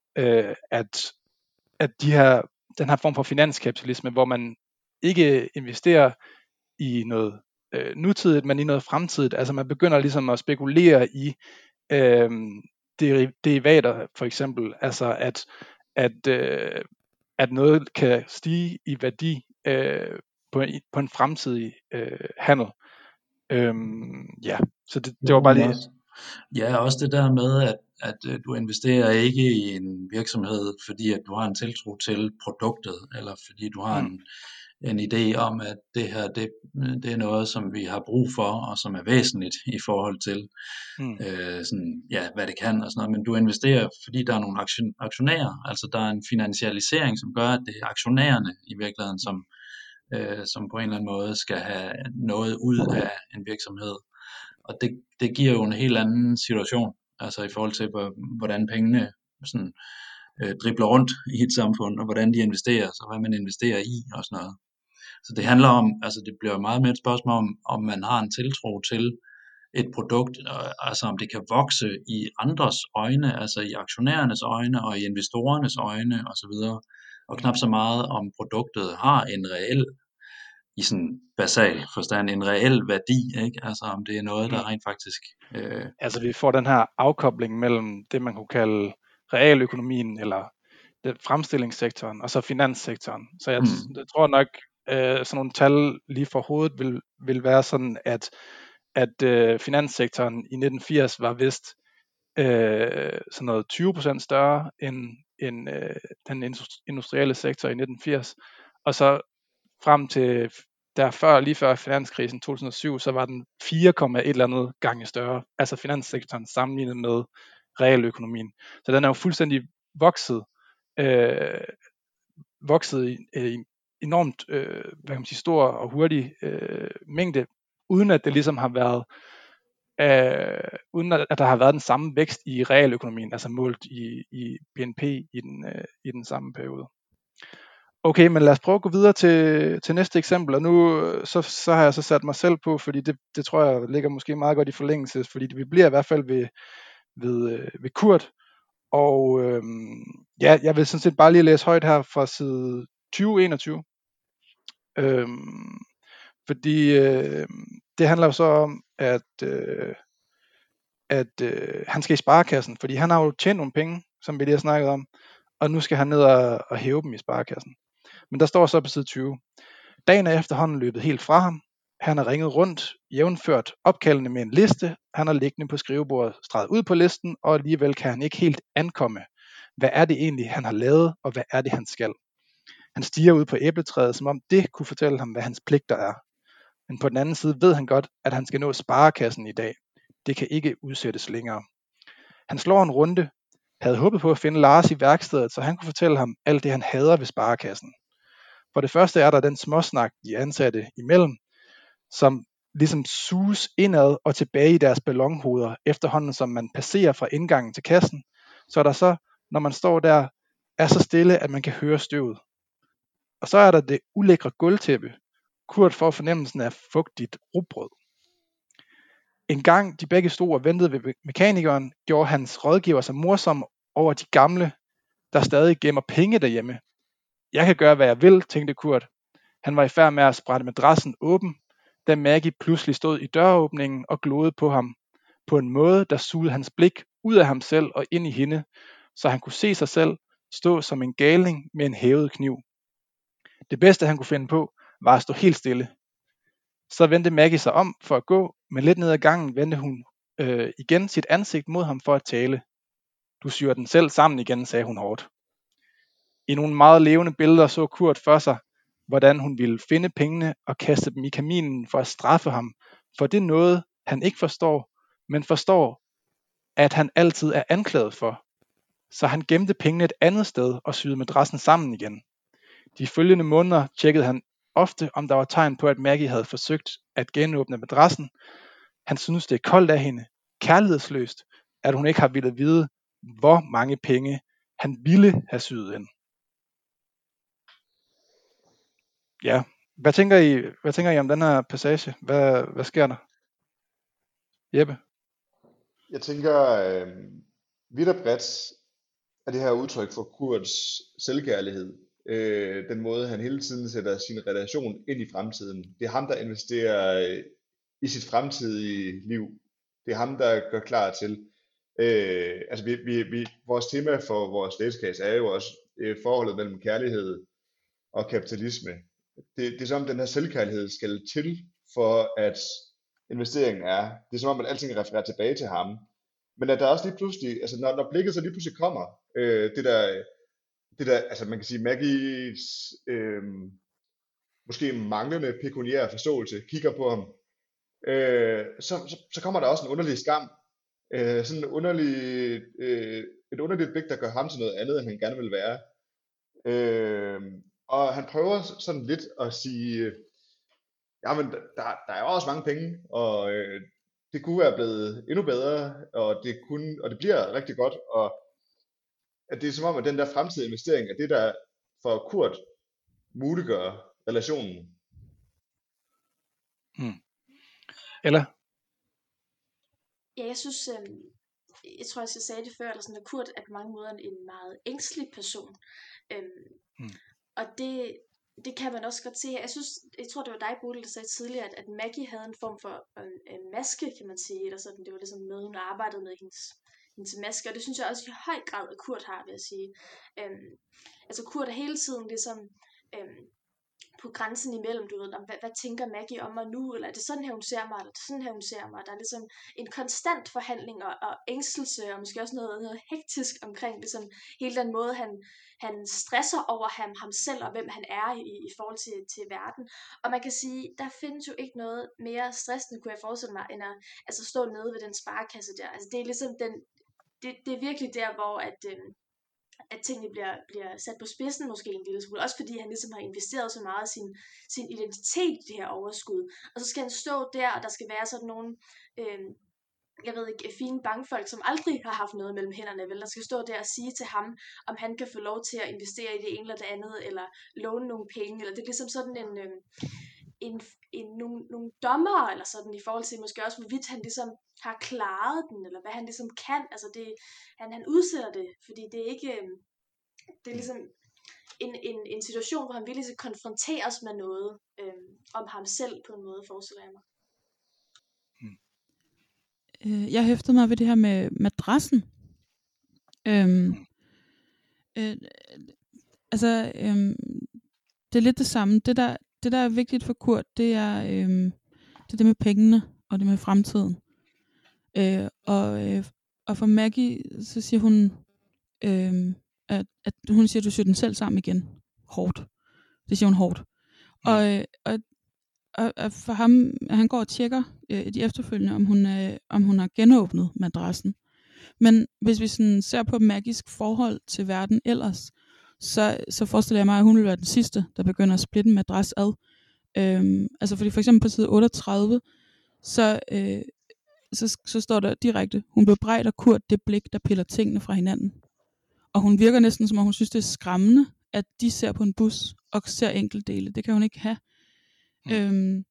øh, at, at de her, den her form for finanskapitalisme, hvor man ikke investerer i noget øh, nutidigt, men i noget fremtidigt. Altså man begynder ligesom at spekulere i øh, deri- derivater for eksempel, altså at, at, øh, at noget kan stige i værdi øh, på, en, på en fremtidig øh, handel. Øhm, ja, så det, det var Jo, bare men lige, også, ja, også det der med, at, at øh, du investerer ikke i en virksomhed, fordi at du har en tiltro til produktet, eller fordi du har mm, en, en idé om, at det her det, det er noget, som vi har brug for, og som er væsentligt i forhold til, mm, øh, sådan, ja, hvad det kan og sådan noget. Men du investerer, fordi der er nogle aktion, aktionærer, altså der er en finansialisering, som gør, at det er aktionærerne i virkeligheden, som, øh, som på en eller anden måde skal have noget ud af en virksomhed. Og det, det giver jo en helt anden situation, altså i forhold til, hvordan pengene sådan, øh, dribler rundt i et samfund, og hvordan de investerer, så hvad man investerer i og sådan noget. Så det handler om, altså det bliver meget mere et spørgsmål om, om man har en tiltro til et produkt, altså om det kan vokse i andres øjne, altså i aktionærernes øjne og i investorernes øjne osv., og knap så meget om produktet har en reel, i sådan basal forstand, en reel værdi, ikke? Altså om det er noget, der mm. rent faktisk... Øh, Altså vi får den her afkobling mellem det, man kunne kalde realøkonomien, eller den fremstillingssektoren, og så finanssektoren. Så jeg, mm, jeg tror nok, øh, sådan nogle tal lige for hovedet vil, vil være sådan, at, at øh, finanssektoren i nitten firs var vist øh, sådan noget tyve procent større end, end øh, den industrielle sektor i nitten firs, og så frem til der før, lige før finanskrisen to tusind og syv, så var den fire komma et eller andet gange større, altså finanssektoren sammenlignet med realøkonomien. Så den er jo fuldstændig vokset, øh, vokset i, i en enormt øh, hvad kan man sige, stor og hurtig øh, mængde, uden at det ligesom har været øh, uden at der har været den samme vækst i realøkonomien, altså målt i, i B N P i den, øh, i den samme periode. Okay, men lad os prøve at gå videre til, til næste eksempel, og nu så, så har jeg så sat mig selv på, fordi det, det tror jeg ligger måske meget godt i forlængelse, fordi vi bliver i hvert fald ved, ved, ved Kurt, og øhm, ja, jeg vil sådan set bare lige læse højt her fra side tyve enogtyve, øhm, fordi øh, det handler jo så om, at, øh, at øh, han skal i sparekassen, fordi han har jo tjent nogle penge, som vi lige har snakket om, og nu skal han ned og, og hæve dem i sparekassen. Men der står så på side tyve, dagen er efterhånden løbet helt fra ham. Han har ringet rundt, jævnført opkaldene med en liste. Han har liggende på skrivebordet streget ud på listen, og alligevel kan han ikke helt ankomme. Hvad er det egentlig, han har lavet, og hvad er det, han skal? Han stiger ud på æbletræet, som om det kunne fortælle ham, hvad hans pligter er. Men på den anden side ved han godt, at han skal nå sparekassen i dag. Det kan ikke udsættes længere. Han slår en runde, havde håbet på at finde Lars i værkstedet, så han kunne fortælle ham alt det, han hader ved sparekassen. For det første er der den småsnak, de ansatte imellem, som ligesom suges indad og tilbage i deres ballonhoveder, efterhånden som man passerer fra indgangen til kassen, så er der så, når man står der, er så stille, at man kan høre støvet. Og så er der det ulækre gulvtæppe. Kurt får fornemmelsen af fugtigt rugbrød. En gang de begge stod og ventede ved mekanikeren, gjorde hans rådgiver sig morsom over de gamle, der stadig gemmer penge derhjemme. Jeg kan gøre, hvad jeg vil, tænkte Kurt. Han var i færd med at sprætte madrassen åben, da Maggie pludselig stod i døråbningen og glodede på ham, på en måde, der sugede hans blik ud af ham selv og ind i hende, så han kunne se sig selv stå som en galning med en hævet kniv. Det bedste, han kunne finde på, var at stå helt stille. Så vendte Maggie sig om for at gå, men lidt ned ad gangen vendte hun øh, igen sit ansigt mod ham for at tale. Du syr den selv sammen igen, sagde hun hårdt. I nogle meget levende billeder så Kurt for sig, hvordan hun ville finde pengene og kaste dem i kaminen for at straffe ham, for det er noget, han ikke forstår, men forstår, at han altid er anklaget for. Så han gemte pengene et andet sted og syede madrassen sammen igen. De følgende måneder tjekkede han ofte, om der var tegn på, at Maggie havde forsøgt at genåbne madrassen. Han synes, det er koldt af hende, kærlighedsløst, at hun ikke har ville vide, hvor mange penge han ville have syet ind. Ja, hvad tænker I, hvad tænker I om den her passage? Hvad, hvad sker der? Jeppe? Jeg tænker, øh, vidt og bredt, er det her udtryk for Kurts selvkærlighed. Øh, den måde, han hele tiden sætter sin relation ind i fremtiden. Det er ham, der investerer øh, i sit fremtidige liv. Det er ham, der gør klar til. Øh, altså vi, vi, vi, vores tema for vores læsecase er jo også øh, forholdet mellem kærlighed og kapitalisme. Det, det er som om den her selvkærlighed skal til for at investeringen er. Det er som om at alting refererer tilbage til ham. Men at der også lige pludselig, altså når, når blikket så lige pludselig kommer, øh, det der, det der, altså man kan sige Maggies øh, måske manglende pekuniære forståelse kigger på ham, øh, så, så, så kommer der også en underlig skam. Øh, sådan en underlig, øh, et underligt blik, der gør ham til noget andet, end han gerne vil være. Øh, og han prøver sådan lidt at sige, jamen der, der er jo også mange penge, og øh, det kunne være blevet endnu bedre, og det, kunne, og det bliver rigtig godt, og at det er som om, at den der fremtidige investering er det, der for Kurt muliggør relationen. Hmm. Eller? Ja, jeg synes, øh, jeg tror, jeg sagde det før, eller sådan, at Kurt er på mange måder en meget ængstelig person. Øhm, hmm. Og det, det kan man også godt se. Jeg synes, jeg tror, det var dig, Bodil, der sagde tidligere, at, at Maggie havde en form for en, en maske, kan man sige, eller sådan. Det var ligesom noget, hun arbejdede med hendes, hendes maske, og det synes jeg også i høj grad, at Kurt har, vil jeg sige. Øhm, altså Kurt er hele tiden ligesom øhm, på grænsen imellem, du ved, hvad, hvad tænker Maggie om mig nu, eller er det sådan her, hun ser mig, eller er det sådan her, hun ser mig. Der er ligesom en konstant forhandling og, og ængstelse, og måske også noget, noget hektisk omkring ligesom hele den måde, han, han stresser over ham, ham selv, og hvem han er i, i forhold til, til verden. Og man kan sige, der findes jo ikke noget mere stressende, kunne jeg forestille mig, end at altså, stå nede ved den sparekasse der. Altså det er ligesom den, det, det er virkelig der, hvor at, øh, at tingene bliver, bliver sat på spidsen måske en lille smule, også fordi han ligesom har investeret så meget af sin, sin identitet i det her overskud, og så skal han stå der, og der skal være sådan nogle, øh, jeg ved ikke, fine bankfolk, som aldrig har haft noget mellem hænderne, vel, der skal stå der og sige til ham, om han kan få lov til at investere i det ene eller det andet, eller låne nogle penge, eller det er ligesom sådan en, øh, en, en nogle, nogle dommer, eller sådan i forhold til måske også, hvorvidt han ligesom har klaret den, eller hvad han ligesom kan, altså det, han, han udsætter det, fordi det er ikke, øh, det er ligesom en, en, en situation, hvor han virkelig skal konfronteres med noget øh, om ham selv på en måde, forestiller jeg mig. Jeg hæftede mig ved det her med madrassen. Øhm, øh, altså, øhm, det er lidt det samme. Det der, det der er vigtigt for Kurt, det er, øhm, det er det med pengene og det med fremtiden. Øh, og, øh, og for Maggie, så siger hun, øh, at, at hun siger, at du syr den selv sammen igen. Hårdt. Det siger hun hårdt. Mm. Og, øh, og, og, og for ham, han går og tjekker øh, de efterfølgende, om hun, øh, om hun har genåbnet madrassen. Men hvis vi sådan ser på Maggies forhold til verden ellers, så, så forestiller jeg mig, at hun vil være den sidste, der begynder at splitte en madras ad. Øhm, altså fordi for eksempel på side otteogtredive, så, øh, så, så står der direkte, hun bebrejder Kurt det blik, der piller tingene fra hinanden. Og hun virker næsten som om hun synes, det er skræmmende, at de ser på en bus og ser enkeltdele. Det kan hun ikke have. Mm. Øhm,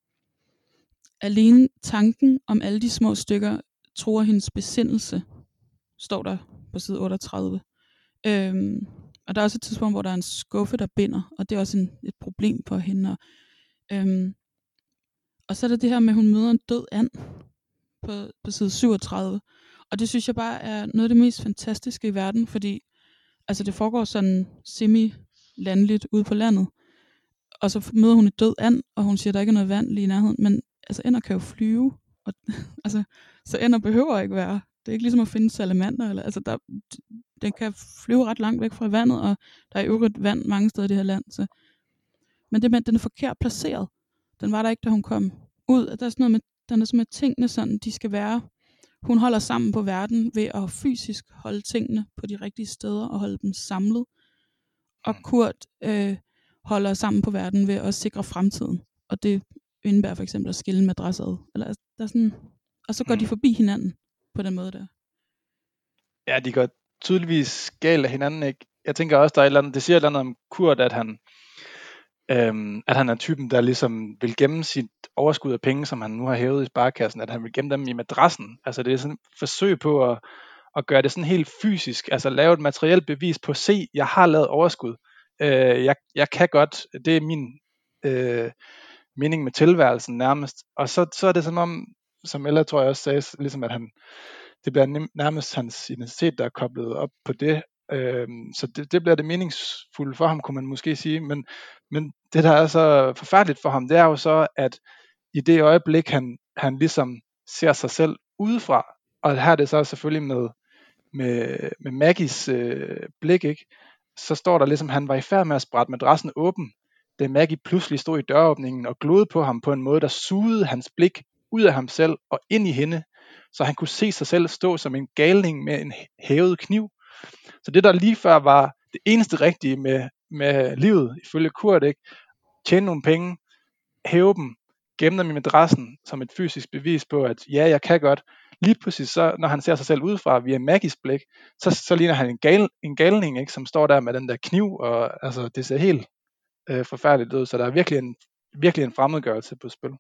alene tanken om alle de små stykker truer hendes besindelse, står der på side otteogtredive. Øhm, og der er også et tidspunkt, hvor der er en skuffe, der binder, og det er også en, et problem for hende. Og, øhm, og så er der det her med, at hun møder en død and på, på side syvogtredive. Og det synes jeg bare er noget af det mest fantastiske i verden, fordi altså, det foregår sådan semi-landligt ude på landet. Og så møder hun et død and, og hun siger, at der ikke er noget vand lige i nærheden. Men altså, ender kan jo flyve. Og, altså, så ender behøver ikke være. Det er ikke ligesom at finde salamander. Eller, altså, der, den kan flyve ret langt væk fra vandet, og der er i øvrigt vand mange steder i det her land. Så. Men det med, den er forkert placeret. Den var der ikke, da hun kom ud. Der er sådan noget med, der er sådan med tingene, sådan de skal være. Hun holder sammen på verden ved at fysisk holde tingene på de rigtige steder og holde dem samlet. Og Kurt øh, holder sammen på verden ved at sikre fremtiden. Og det indebærer for eksempel at skille madrasser ad. Eller, altså, der er sådan, og så går mm. de forbi hinanden på den måde der. Ja, de går tydeligvis galt af hinanden, ikke? Jeg tænker også, der er et eller andet, det siger et eller andet om Kurt, at han, øhm, at han er typen, der ligesom vil gemme sit overskud af penge, som han nu har hævet i sparekassen, at han vil gemme dem i madrassen. Altså det er sådan et forsøg på at, og gøre det sådan helt fysisk, altså lave et materielt bevis på, se, jeg har lavet overskud, øh, jeg, jeg kan godt, det er min øh, mening med tilværelsen nærmest, og så, så er det som om, som Ella tror jeg også sagde, ligesom at han, det bliver nem, nærmest hans identitet, der er koblet op på det, øh, så det, det bliver det meningsfulde for ham, kunne man måske sige, men, men det der er så forfærdeligt for ham, det er jo så, at i det øjeblik, han, han ligesom ser sig selv udefra, og her er det så selvfølgelig med, med, med Maggies øh, blik, ikke? Så står der ligesom, han var i færd med at sprætte madrassen åben, da Maggie pludselig stod i døråbningen og glodede på ham på en måde, der sugede hans blik ud af ham selv og ind i hende, så han kunne se sig selv stå som en galning med en hævet kniv. Så det der lige før var det eneste rigtige med, med livet, ifølge Kurt, ikke? Tjene nogle penge, hæve dem, gemme dem i madrassen som et fysisk bevis på, at ja, jeg kan godt. Lige pludselig så, når han ser sig selv udefra via Maggies blik, så, så ligner han en, gal, en galning, ikke, som står der med den der kniv, og altså, det ser helt øh, forfærdeligt ud, så der er virkelig en, virkelig en fremmedgørelse på spil.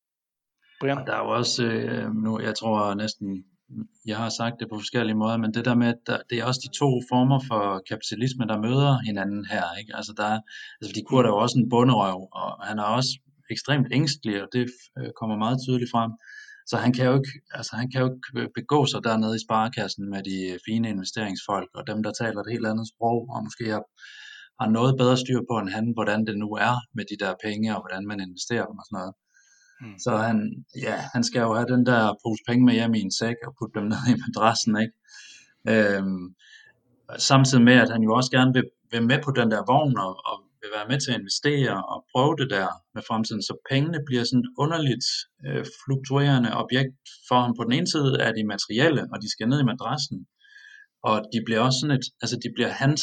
Brian? Og der er jo også, øh, nu jeg tror næsten, jeg har sagt det på forskellige måder, men det der med, at der, det er også de to former for kapitalisme, der møder hinanden her, ikke? Altså der er, altså fordi Kurt er jo også en bonderøv, og han er også ekstremt ængstelig, og det øh, kommer meget tydeligt frem. Så han kan jo ikke, altså han kan jo ikke begå sig dernede i sparekassen med de fine investeringsfolk, og dem, der taler et helt andet sprog, og måske har, har noget bedre styr på end han, hvordan det nu er med de der penge, og hvordan man investerer dem og sådan noget. Mm. Så han, ja, han skal jo have den der pose penge med hjem i en sæk, og putte dem ned i madrassen, ikke? Øhm, samtidig med, at han jo også gerne vil, vil med på den der vogn, og, og vil være med til at investere og prøve det der med fremtiden, så pengene bliver sådan et underligt øh, fluktuerende objekt for ham. På den ene side er de materielle, og de skal ned i madrassen, og de bliver også sådan et, altså de bliver hans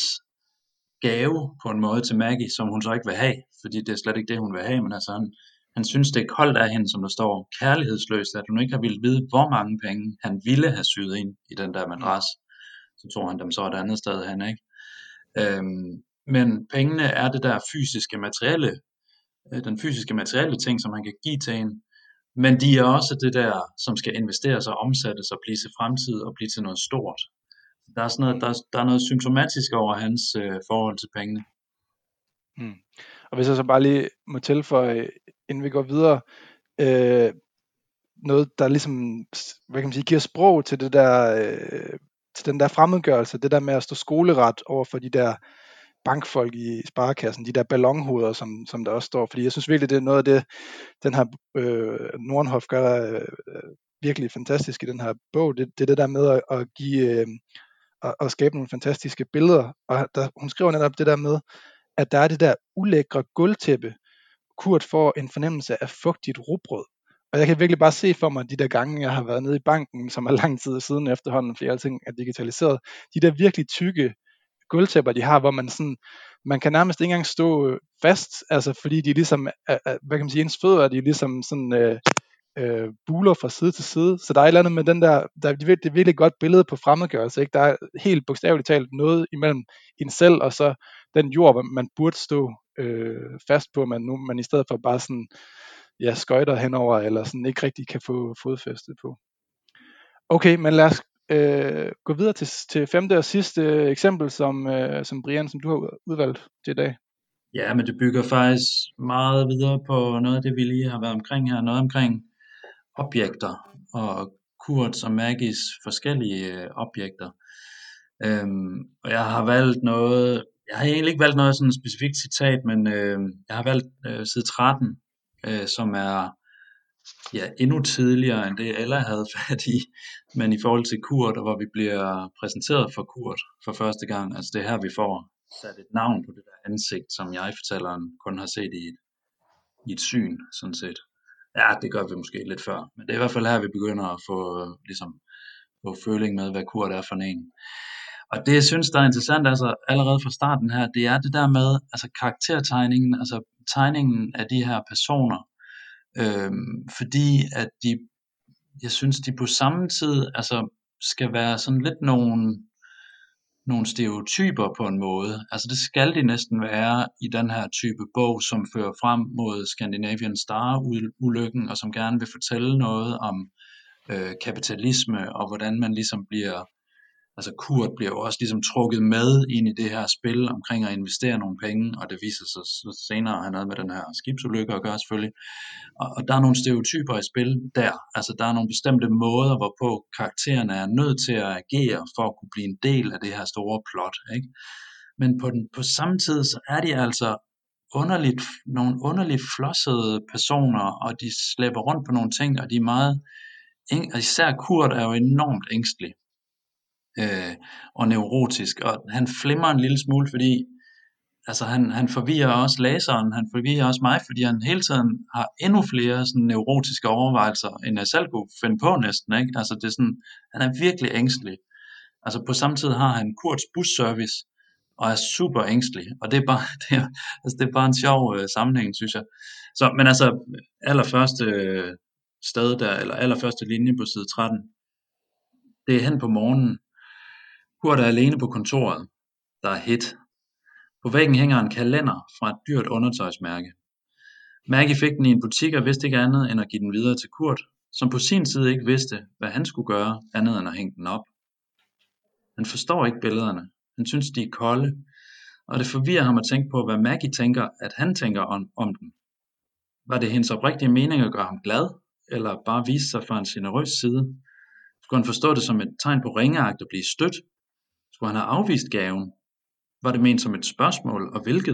gave på en måde til Maggie, som hun så ikke vil have, fordi det er slet ikke det, hun vil have, men altså han, han synes, det er koldt af hende, som der står kærlighedsløst, at hun ikke har ville vide, hvor mange penge han ville have syet ind i den der madras. Så tog han dem så et andet sted hen, ikke? Øhm, men pengene er det der fysiske materielle, øh, den fysiske materielle ting, som man kan give til en, men de er også det der, som skal investeres og omsættes og blive til fremtid og blive til noget stort. Der er, sådan noget, der, der er noget symptomatisk over hans øh, forhold til pengene. Mm. Og hvis jeg så bare lige må tilføje, inden vi går videre, øh, noget der ligesom, hvad kan man sige, giver sprog til det der, øh, til den der fremmedgørelse, det der med at stå skoleret over for de der bankfolk i sparekassen, de der ballonhoveder, som, som der også står, fordi jeg synes virkelig, det er noget af det, den her øh, Nordenhof gør øh, virkelig fantastisk i den her bog, det, det er det der med at, at give, øh, at, at skabe nogle fantastiske billeder, og der, hun skriver netop det der med, at der er det der ulækre gulvtæppe, Kurt får en fornemmelse af fugtigt rugbrød. Og jeg kan virkelig bare se for mig de der gange, jeg har været nede i banken, som er lang tid siden efterhånden, fordi alting er digitaliseret. De der virkelig tykke gulvtæpper, de har, hvor man sådan, man kan nærmest ikke engang stå fast, altså fordi de ligesom, hvad kan man sige, ens fødder, de er ligesom sådan øh, øh, buler fra side til side. Så der er et eller andet med den der, der er det er virkelig godt billede på fremmedgørelse, ikke? Der er helt bogstaveligt talt noget imellem en selv og så den jord, man burde stå øh, fast på, man nu, man i stedet for bare sådan, ja, skøjter henover, eller sådan ikke rigtig kan få fodfæste på. Okay, men lad os øh, gå videre til, til femte og sidste øh, eksempel, som, øh, som Brian, som du har udvalgt til i dag. Ja, men det bygger faktisk meget videre på noget af det, vi lige har været omkring her, noget omkring objekter, og Kurts og Maggies forskellige øh, objekter. Øhm, og jeg har valgt noget, jeg har egentlig ikke valgt noget sådan specifikt citat, men øh, jeg har valgt øh, side tretten, øh, som er ja, endnu tidligere end det Ella havde fat i, men i forhold til Kurt, og hvor vi bliver præsenteret for Kurt for første gang, altså det er her vi får sat et navn på det der ansigt, som jeg-fortælleren kun har set i et, i et syn, sådan set. Ja, det gør vi måske lidt før, men det er i hvert fald her vi begynder at få, ligesom, få føling med, hvad Kurt er for en. Og det jeg synes der er interessant, altså allerede fra starten her, det er det der med, altså karaktertegningen, altså tegningen af de her personer, Øhm, fordi at de, jeg synes de på samme tid altså skal være sådan lidt nogle, nogle stereotyper på en måde, altså det skal de næsten være i den her type bog, som fører frem mod Scandinavian Star-ulykken, og som gerne vil fortælle noget om øh, kapitalisme, og hvordan man ligesom bliver altså Kurt bliver jo også ligesom trukket med ind i det her spil omkring at investere nogle penge, og det viser sig så senere, at han havde med den her skibsulykke at gøre selvfølgelig. Og, og der er nogle stereotyper i spil der, altså der er nogle bestemte måder, hvorpå karaktererne er nødt til at agere for at kunne blive en del af det her store plot, ikke? Men på, den, på samme tid, så er de altså underligt, nogle underligt flossede personer, og de slæber rundt på nogle ting, og de er meget, og især Kurt er jo enormt ængstelig øh, og neurotisk, og han flimmer en lille smule, fordi altså han, han forvirrer også læseren, han forvirrer også mig, fordi han hele tiden har endnu flere sådan neurotiske overvejelser, end jeg selv kunne finde på næsten, ikke? Altså det er sådan, han er virkelig ængstelig. Altså på samme tid har han Kurts busservice, og er super ængstelig, og det er bare, det er, altså det er bare en sjov øh, sammenhæng, synes jeg. Så, men altså, allerførste øh, sted der, eller allerførste linje på side tretten, det er hen på morgenen. Kurt er alene på kontoret. Der er hit. På væggen hænger en kalender fra et dyrt undertøjsmærke. Maggie fik den i en butik og vidste ikke andet end at give den videre til Kurt, som på sin side ikke vidste, hvad han skulle gøre, andet end at hænge den op. Han forstår ikke billederne. Han synes, de er kolde, og det forvirrer ham at tænke på, hvad Maggie tænker, at han tænker om, om den. Var det hendes oprigtige mening at gøre ham glad, eller bare vise sig fra en generøs side? Skulle han forstå det som et tegn på ringeagt at blive stødt? Skulle han have afvist gaven? Var det ment som et spørgsmål, og hvilket?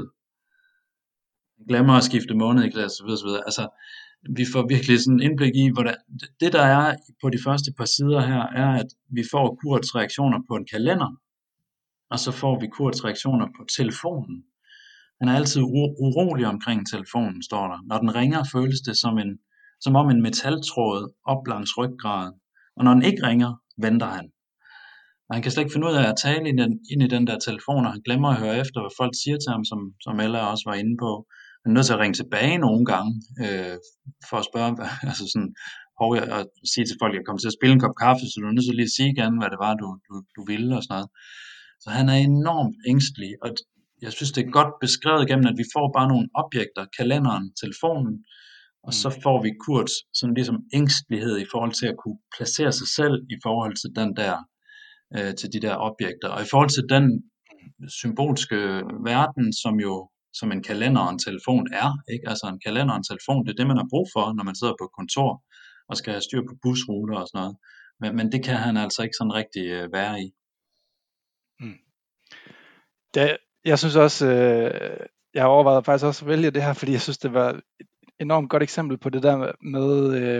Han glemmer at skifte måned i klasse, osv. osv. Altså, vi får virkelig sådan indblik i, hvordan det der er på de første par sider her, er, at vi får Kurts reaktioner på en kalender, og så får vi Kurts reaktioner på telefonen. Han er altid uro- urolig omkring telefonen, står der. Når den ringer, føles det som, en, som om en metaltråd op langs ryggraden, og når den ikke ringer, venter han. Og han kan slet ikke finde ud af at tale ind, ind i den der telefon, og han glemmer at høre efter, hvad folk siger til ham, som, som Ella også var inde på. Han er nødt til at ringe tilbage nogle gange, øh, for at spørge, altså sådan, hov, jeg, og sige til folk, at jeg kommer til at spille en kop kaffe, så du er nødt til lige at sige igen, hvad det var, du, du, du ville og sådan noget. Så han er enormt ængstelig, og jeg synes, det er godt beskrevet gennem, at vi får bare nogle objekter, kalenderen, telefonen, og så får vi Kurts sådan ligesom ængstelighed i forhold til at kunne placere sig selv i forhold til den der, øh, til de der objekter, og i forhold til den symbolske verden, som jo som en kalender og en telefon er, ikke? Altså en kalender og en telefon, det er det, man har brug for, når man sidder på et kontor og skal have styr på busruter og sådan noget. Men, men det kan han altså ikke sådan rigtig øh, være i. Mm. Det, jeg synes også, øh, jeg har overvejet faktisk også at vælge det her, fordi jeg synes, det var et enormt godt eksempel på det der med, øh,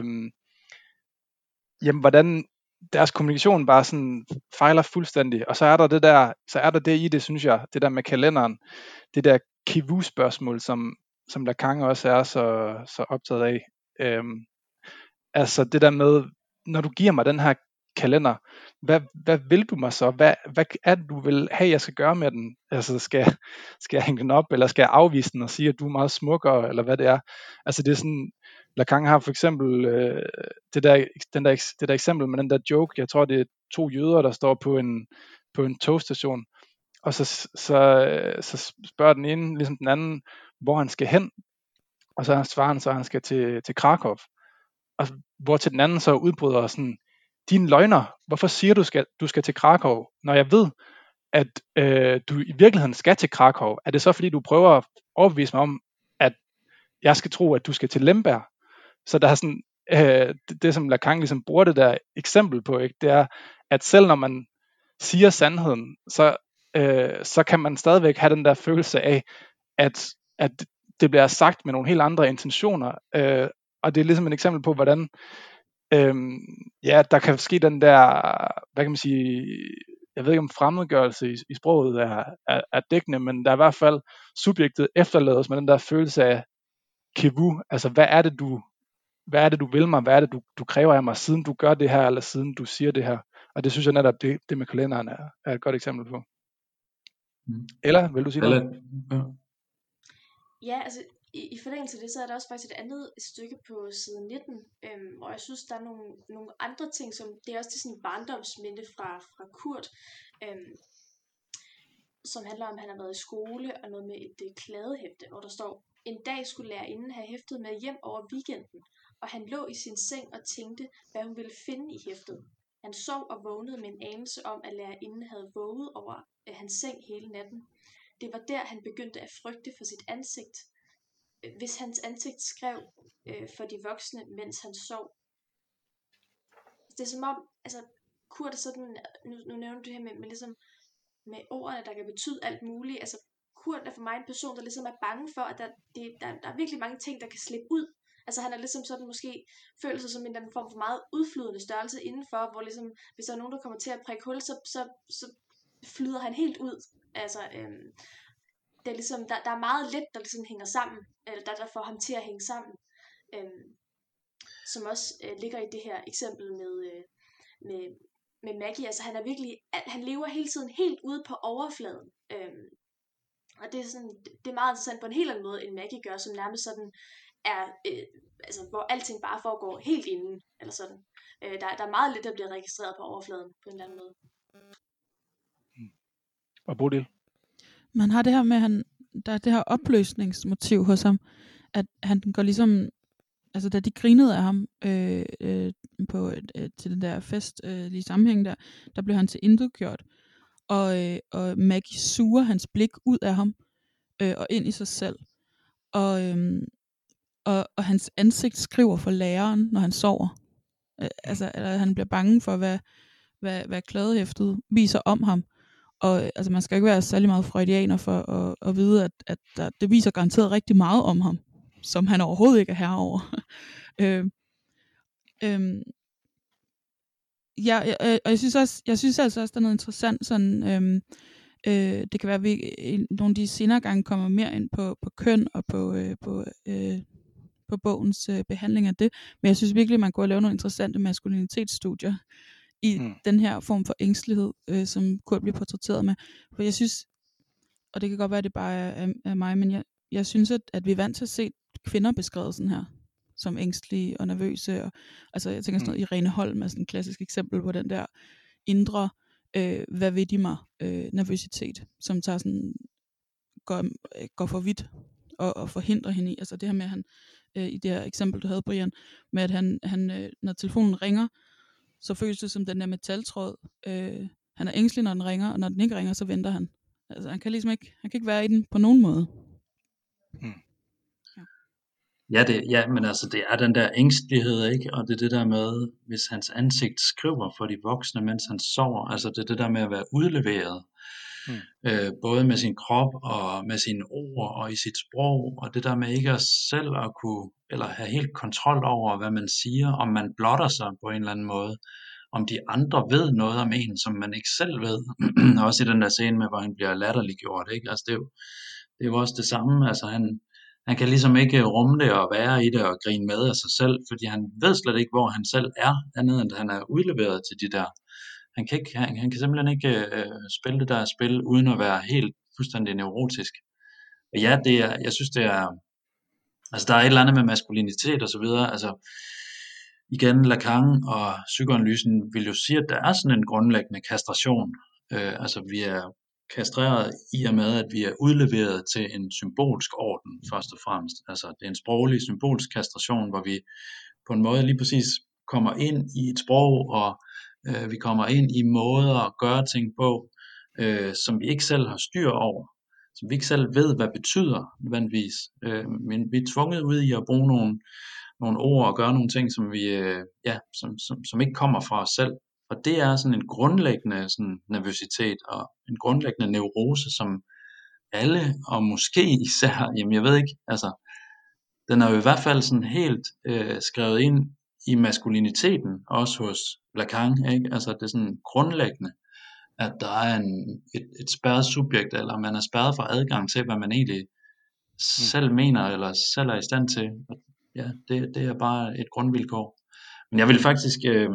jamen, hvordan deres kommunikation bare sådan fejler fuldstændig, og så er der det der, så er der det i det, synes jeg, det der med kalenderen, det der Kivu-spørgsmål, som, som Lacan også er så, så optaget af. Øhm, altså det der med, når du giver mig den her kalender, hvad, hvad vil du mig så? Hvad, hvad er det, du vil have, jeg skal gøre med den? Altså skal, skal jeg hænge den op, eller skal jeg afvise den og sige, at du er meget smukkere, eller hvad det er? Altså det er sådan, Lacan har for eksempel øh, det, der, den der, det der eksempel med den der joke, jeg tror det er to jøder, der står på en, på en togstation, og så, så, så spørger den ene ligesom den anden, hvor han skal hen, og så svarer han så, at han skal til, til Krakow, og hvor til den anden så udbryder sådan, din løgner, hvorfor siger du, skal, du skal til Krakow, når jeg ved, at øh, du i virkeligheden skal til Krakow? Er det så fordi, du prøver at overbevise mig om, at jeg skal tro, at du skal til Lemberg? Så der er sådan, øh, det, det som Lacan ligesom bruger det der eksempel på, ikke, det er, at selv når man siger sandheden, så, øh, så kan man stadigvæk have den der følelse af, at, at det bliver sagt med nogle helt andre intentioner, øh, og det er ligesom et eksempel på, hvordan øhm, ja, der kan ske den der, hvad kan man sige, jeg ved ikke om fremmedgørelse i, i sproget er, er, er dækkende, men der er i hvert fald subjektet efterlades med den der følelse af kivu, altså hvad er det du, hvad er det du vil mig, hvad er det du, du kræver af mig, siden du gør det her, eller siden du siger det her, og det synes jeg netop, det, det med kalenderen er, er et godt eksempel på. Mm. Eller, vil du sige Eller, noget? ja. Ja, altså i, i forlængelse af det, så er der også faktisk et andet stykke på side nitten, øhm, hvor jeg synes, der er nogle, nogle andre ting, som det er også til sådan en barndomsminde fra, fra Kurt, øhm, som handler om, at han har været i skole, og noget med et øh, kladehæfte, hvor der står, en dag skulle lærerinden have hæftet med hjem over weekenden, og han lå i sin seng og tænkte, hvad hun ville finde i hæftet. Han sov og vågnede med en anelse om, at lærerinden havde våget over øh, hans seng hele natten. Det var der, han begyndte at frygte for sit ansigt. Hvis hans ansigt skrev øh, for de voksne, mens han sov. Det er som om, altså, Kurt er sådan, nu, nu nævner du det her med, med, ligesom, med ordene, der kan betyde alt muligt. Altså, Kurt er for mig en person, der ligesom er bange for, at der, det, der, der er virkelig mange ting, der kan slippe ud. Altså han er ligesom sådan måske føler sig som en eller anden form for meget udflydende størrelse indenfor, hvor ligesom, hvis der er nogen, der kommer til at prikke hul, så, så, så flyder han helt ud. Altså, øhm, det er ligesom, der, der er meget lidt, der ligesom hænger sammen, eller der, der får ham til at hænge sammen. Øhm, som også øh, ligger i det her eksempel med, øh, med, med Maggie. Altså han er virkelig, han lever hele tiden helt ude på overfladen. Øhm, og det er, sådan, det er meget interessant på en helt anden måde, end Maggie gør, som nærmest sådan er, øh, altså, hvor alting bare foregår helt inden, eller sådan. Øh, der, der er meget lidt, der bliver registreret på overfladen, på en eller anden måde. Og Bodil? Man har det her med, han, der er det her opløsningsmotiv hos ham, at han går ligesom, altså da de grinede af ham øh, øh, på, øh, til den der fest, øh, lige sammenhæng der, der blev han til intet gjort. Og, øh, og Maggie suger hans blik ud af ham, øh, og ind i sig selv. Og, øh, og, og hans ansigt skriver for læreren, når han sover. Øh, altså, eller han bliver bange for, hvad, hvad, hvad kladehæftet viser om ham. Og øh, altså, man skal ikke være særlig meget freudianer for at, at vide, at, at der, det viser garanteret rigtig meget om ham, som han overhovedet ikke er herre over. øh, øh, ja, øh, og jeg synes også, jeg synes altså også, der er noget interessant sådan. Øh, øh, det kan være, at vi i nogle af de senere gange kommer mere ind på, på køn og på, øh, på, øh, på bogens øh, behandling af det. Men jeg synes virkelig, man kunne lave nogle interessante maskulinitetsstudier i mm. den her form for ængstelighed, øh, som Kurt bliver portrætteret med. For jeg synes, og det kan godt være, at det bare er, er mig, men jeg, jeg synes, at, at vi er vant til at se kvinder beskrevet sådan her, som ængstelige og nervøse. Og, altså jeg tænker sådan noget, Irene Holm er sådan et klassisk eksempel på den der indre, øh, hvad ved de mig, øh, nervøsitet, som tager sådan, går, går for vidt og, og forhindrer hende i. Altså det her med, at han, øh, i det her eksempel, du havde, Brian, med at han, han øh, når telefonen ringer, så føles det som den der metaltråd. Øh, han er ængstelig, når den ringer, og når den ikke ringer, så venter han. Altså han kan ligesom ikke, han kan ikke være i den på nogen måde. Hmm. Ja, ja, det, ja, men altså det er den der ængstelighed, ikke? Og det er det der med, hvis hans ansigt skriver for de voksne, mens han sover. Altså det er det der med at være udleveret. Hmm. Øh, både med sin krop og med sine ord og i sit sprog. Og det der med ikke at selv at kunne, eller have helt kontrol over, hvad man siger, om man blotter sig på en eller anden måde. Om de andre ved noget om en, som man ikke selv ved. Også i den der scene med, hvor han bliver latterliggjort, ikke? Altså det er jo, det er jo også det samme. Altså han, han kan ligesom ikke rumme det og være i det og grine med af sig selv, fordi han ved slet ikke, hvor han selv er, andet end han er udleveret til de der. Han kan, ikke, han, han kan simpelthen ikke øh, spille det der spil, uden at være helt fuldstændig neurotisk. Og ja, det er, jeg synes det er, altså der er et eller andet med maskulinitet og så videre, altså igen, Lacan og psykoanalysen vil jo sige, at der er sådan en grundlæggende kastration. Øh, altså vi er kastreret i og med, at vi er udleveret til en symbolsk orden, først og fremmest. Altså det er en sproglig symbolsk kastration, hvor vi på en måde lige præcis kommer ind i et sprog, og øh, vi kommer ind i måder at gøre ting på, øh, som vi ikke selv har styr over. Som vi ikke selv ved, hvad betyder nødvendigvis. Øh, men vi er tvunget ud i at bruge nogle nogle ord og gøre nogle ting, som vi, øh, ja, som, som, som ikke kommer fra os selv. Og det er sådan en grundlæggende sådan, nervøsitet og en grundlæggende neurose, som alle, og måske især, jamen jeg ved ikke, altså, den er jo i hvert fald sådan helt øh, skrevet ind i maskuliniteten, også hos Lacan, ikke? Altså det er sådan grundlæggende, at der er en, et, et spærret subjekt, eller man er spærret for adgang til, hvad man egentlig selv mener, eller selv er i stand til. Ja, det, det er bare et grundvilkår. Men jeg vil faktisk, øh,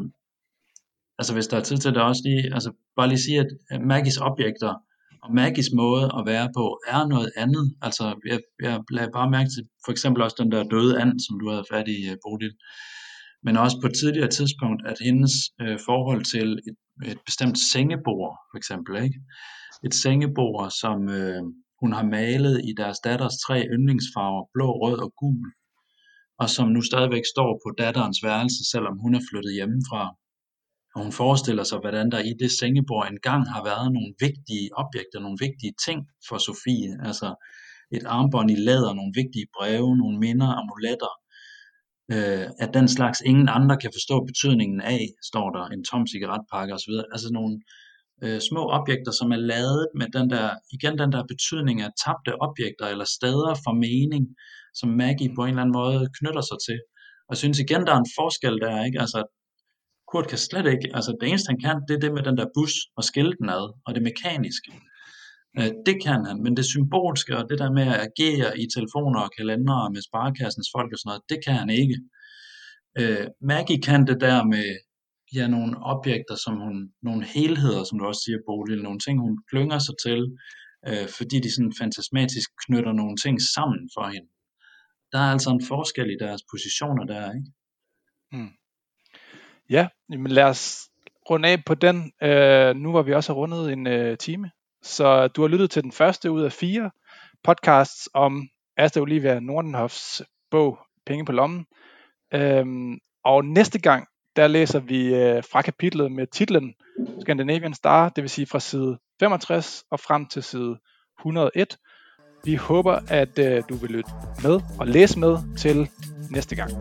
altså hvis der er tid til det også lige, altså bare lige sige, at Maggies objekter og Maggies måde at være på er noget andet. Altså jeg, jeg lagde bare mærke til for eksempel også den der døde and, som du havde fat i, Bodil. Men også på et tidligere tidspunkt, at hendes øh, forhold til et, et bestemt sengebord, for eksempel, ikke? Et sengebord, som øh, hun har malet i deres datters tre yndlingsfarver, blå, rød og gul. Og som nu stadigvæk står på datterens værelse, selvom hun er flyttet hjemmefra. Og hun forestiller sig, hvordan der i det sengebord engang har været nogle vigtige objekter, nogle vigtige ting for Sofie. Altså et armbånd i læder, nogle vigtige breve, nogle minder, amuletter. Øh, at den slags ingen andre kan forstå betydningen af, står der, en tom cigaretpakke osv. Altså nogle øh, små objekter, som er lavet med den der, igen den der betydning af tabte objekter eller steder for mening, som Maggie på en eller anden måde knytter sig til. Og jeg synes igen, der er en forskel der, ikke? Altså, Kurt kan slet ikke, altså det eneste han kan, det er det med den der bus og skille den ad, og det mekaniske. Øh, det kan han, men det symbolske og det der med at agere i telefoner og kalendere med sparekassens folk og sådan noget, det kan han ikke. Øh, Maggie kan det der med ja, nogle objekter, som hun, nogle helheder, som du også siger, Bodil, nogle ting, hun klynger sig til, øh, fordi de sådan fantasmatisk knytter nogle ting sammen for hende. Der er altså en forskel i deres positioner der, ikke? Mm. Ja, men lad os runde af på den. Øh, nu var vi også rundet en øh, time, så du har lyttet til den første ud af fire podcasts om Asta Olivia Nordenhofs bog Penge på lommen. Øhm, og næste gang, der læser vi øh, fra kapitlet med titlen Scandinavian Star, det vil sige fra side femogtres og frem til side et hundrede og en. Vi håber, at øh, du vil lytte med og læse med til næste gang.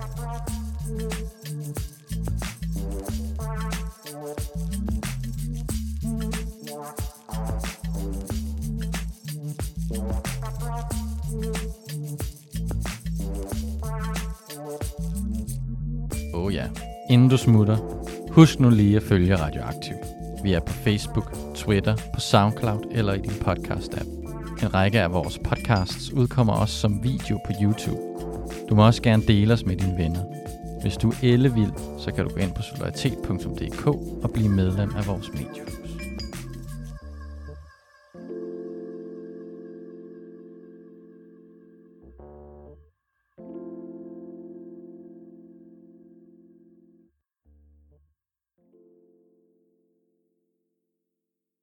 Oh ja. Inden du smutter, husk nu lige at følge Radioaktiv. Vi er på Facebook, Twitter, på SoundCloud eller i din podcast-app. En række af vores podcasts udkommer også som video på YouTube. Du må også gerne dele os med dine venner. Hvis du er ellevild, så kan du gå ind på solidaritet punktum d k og blive medlem af vores medie.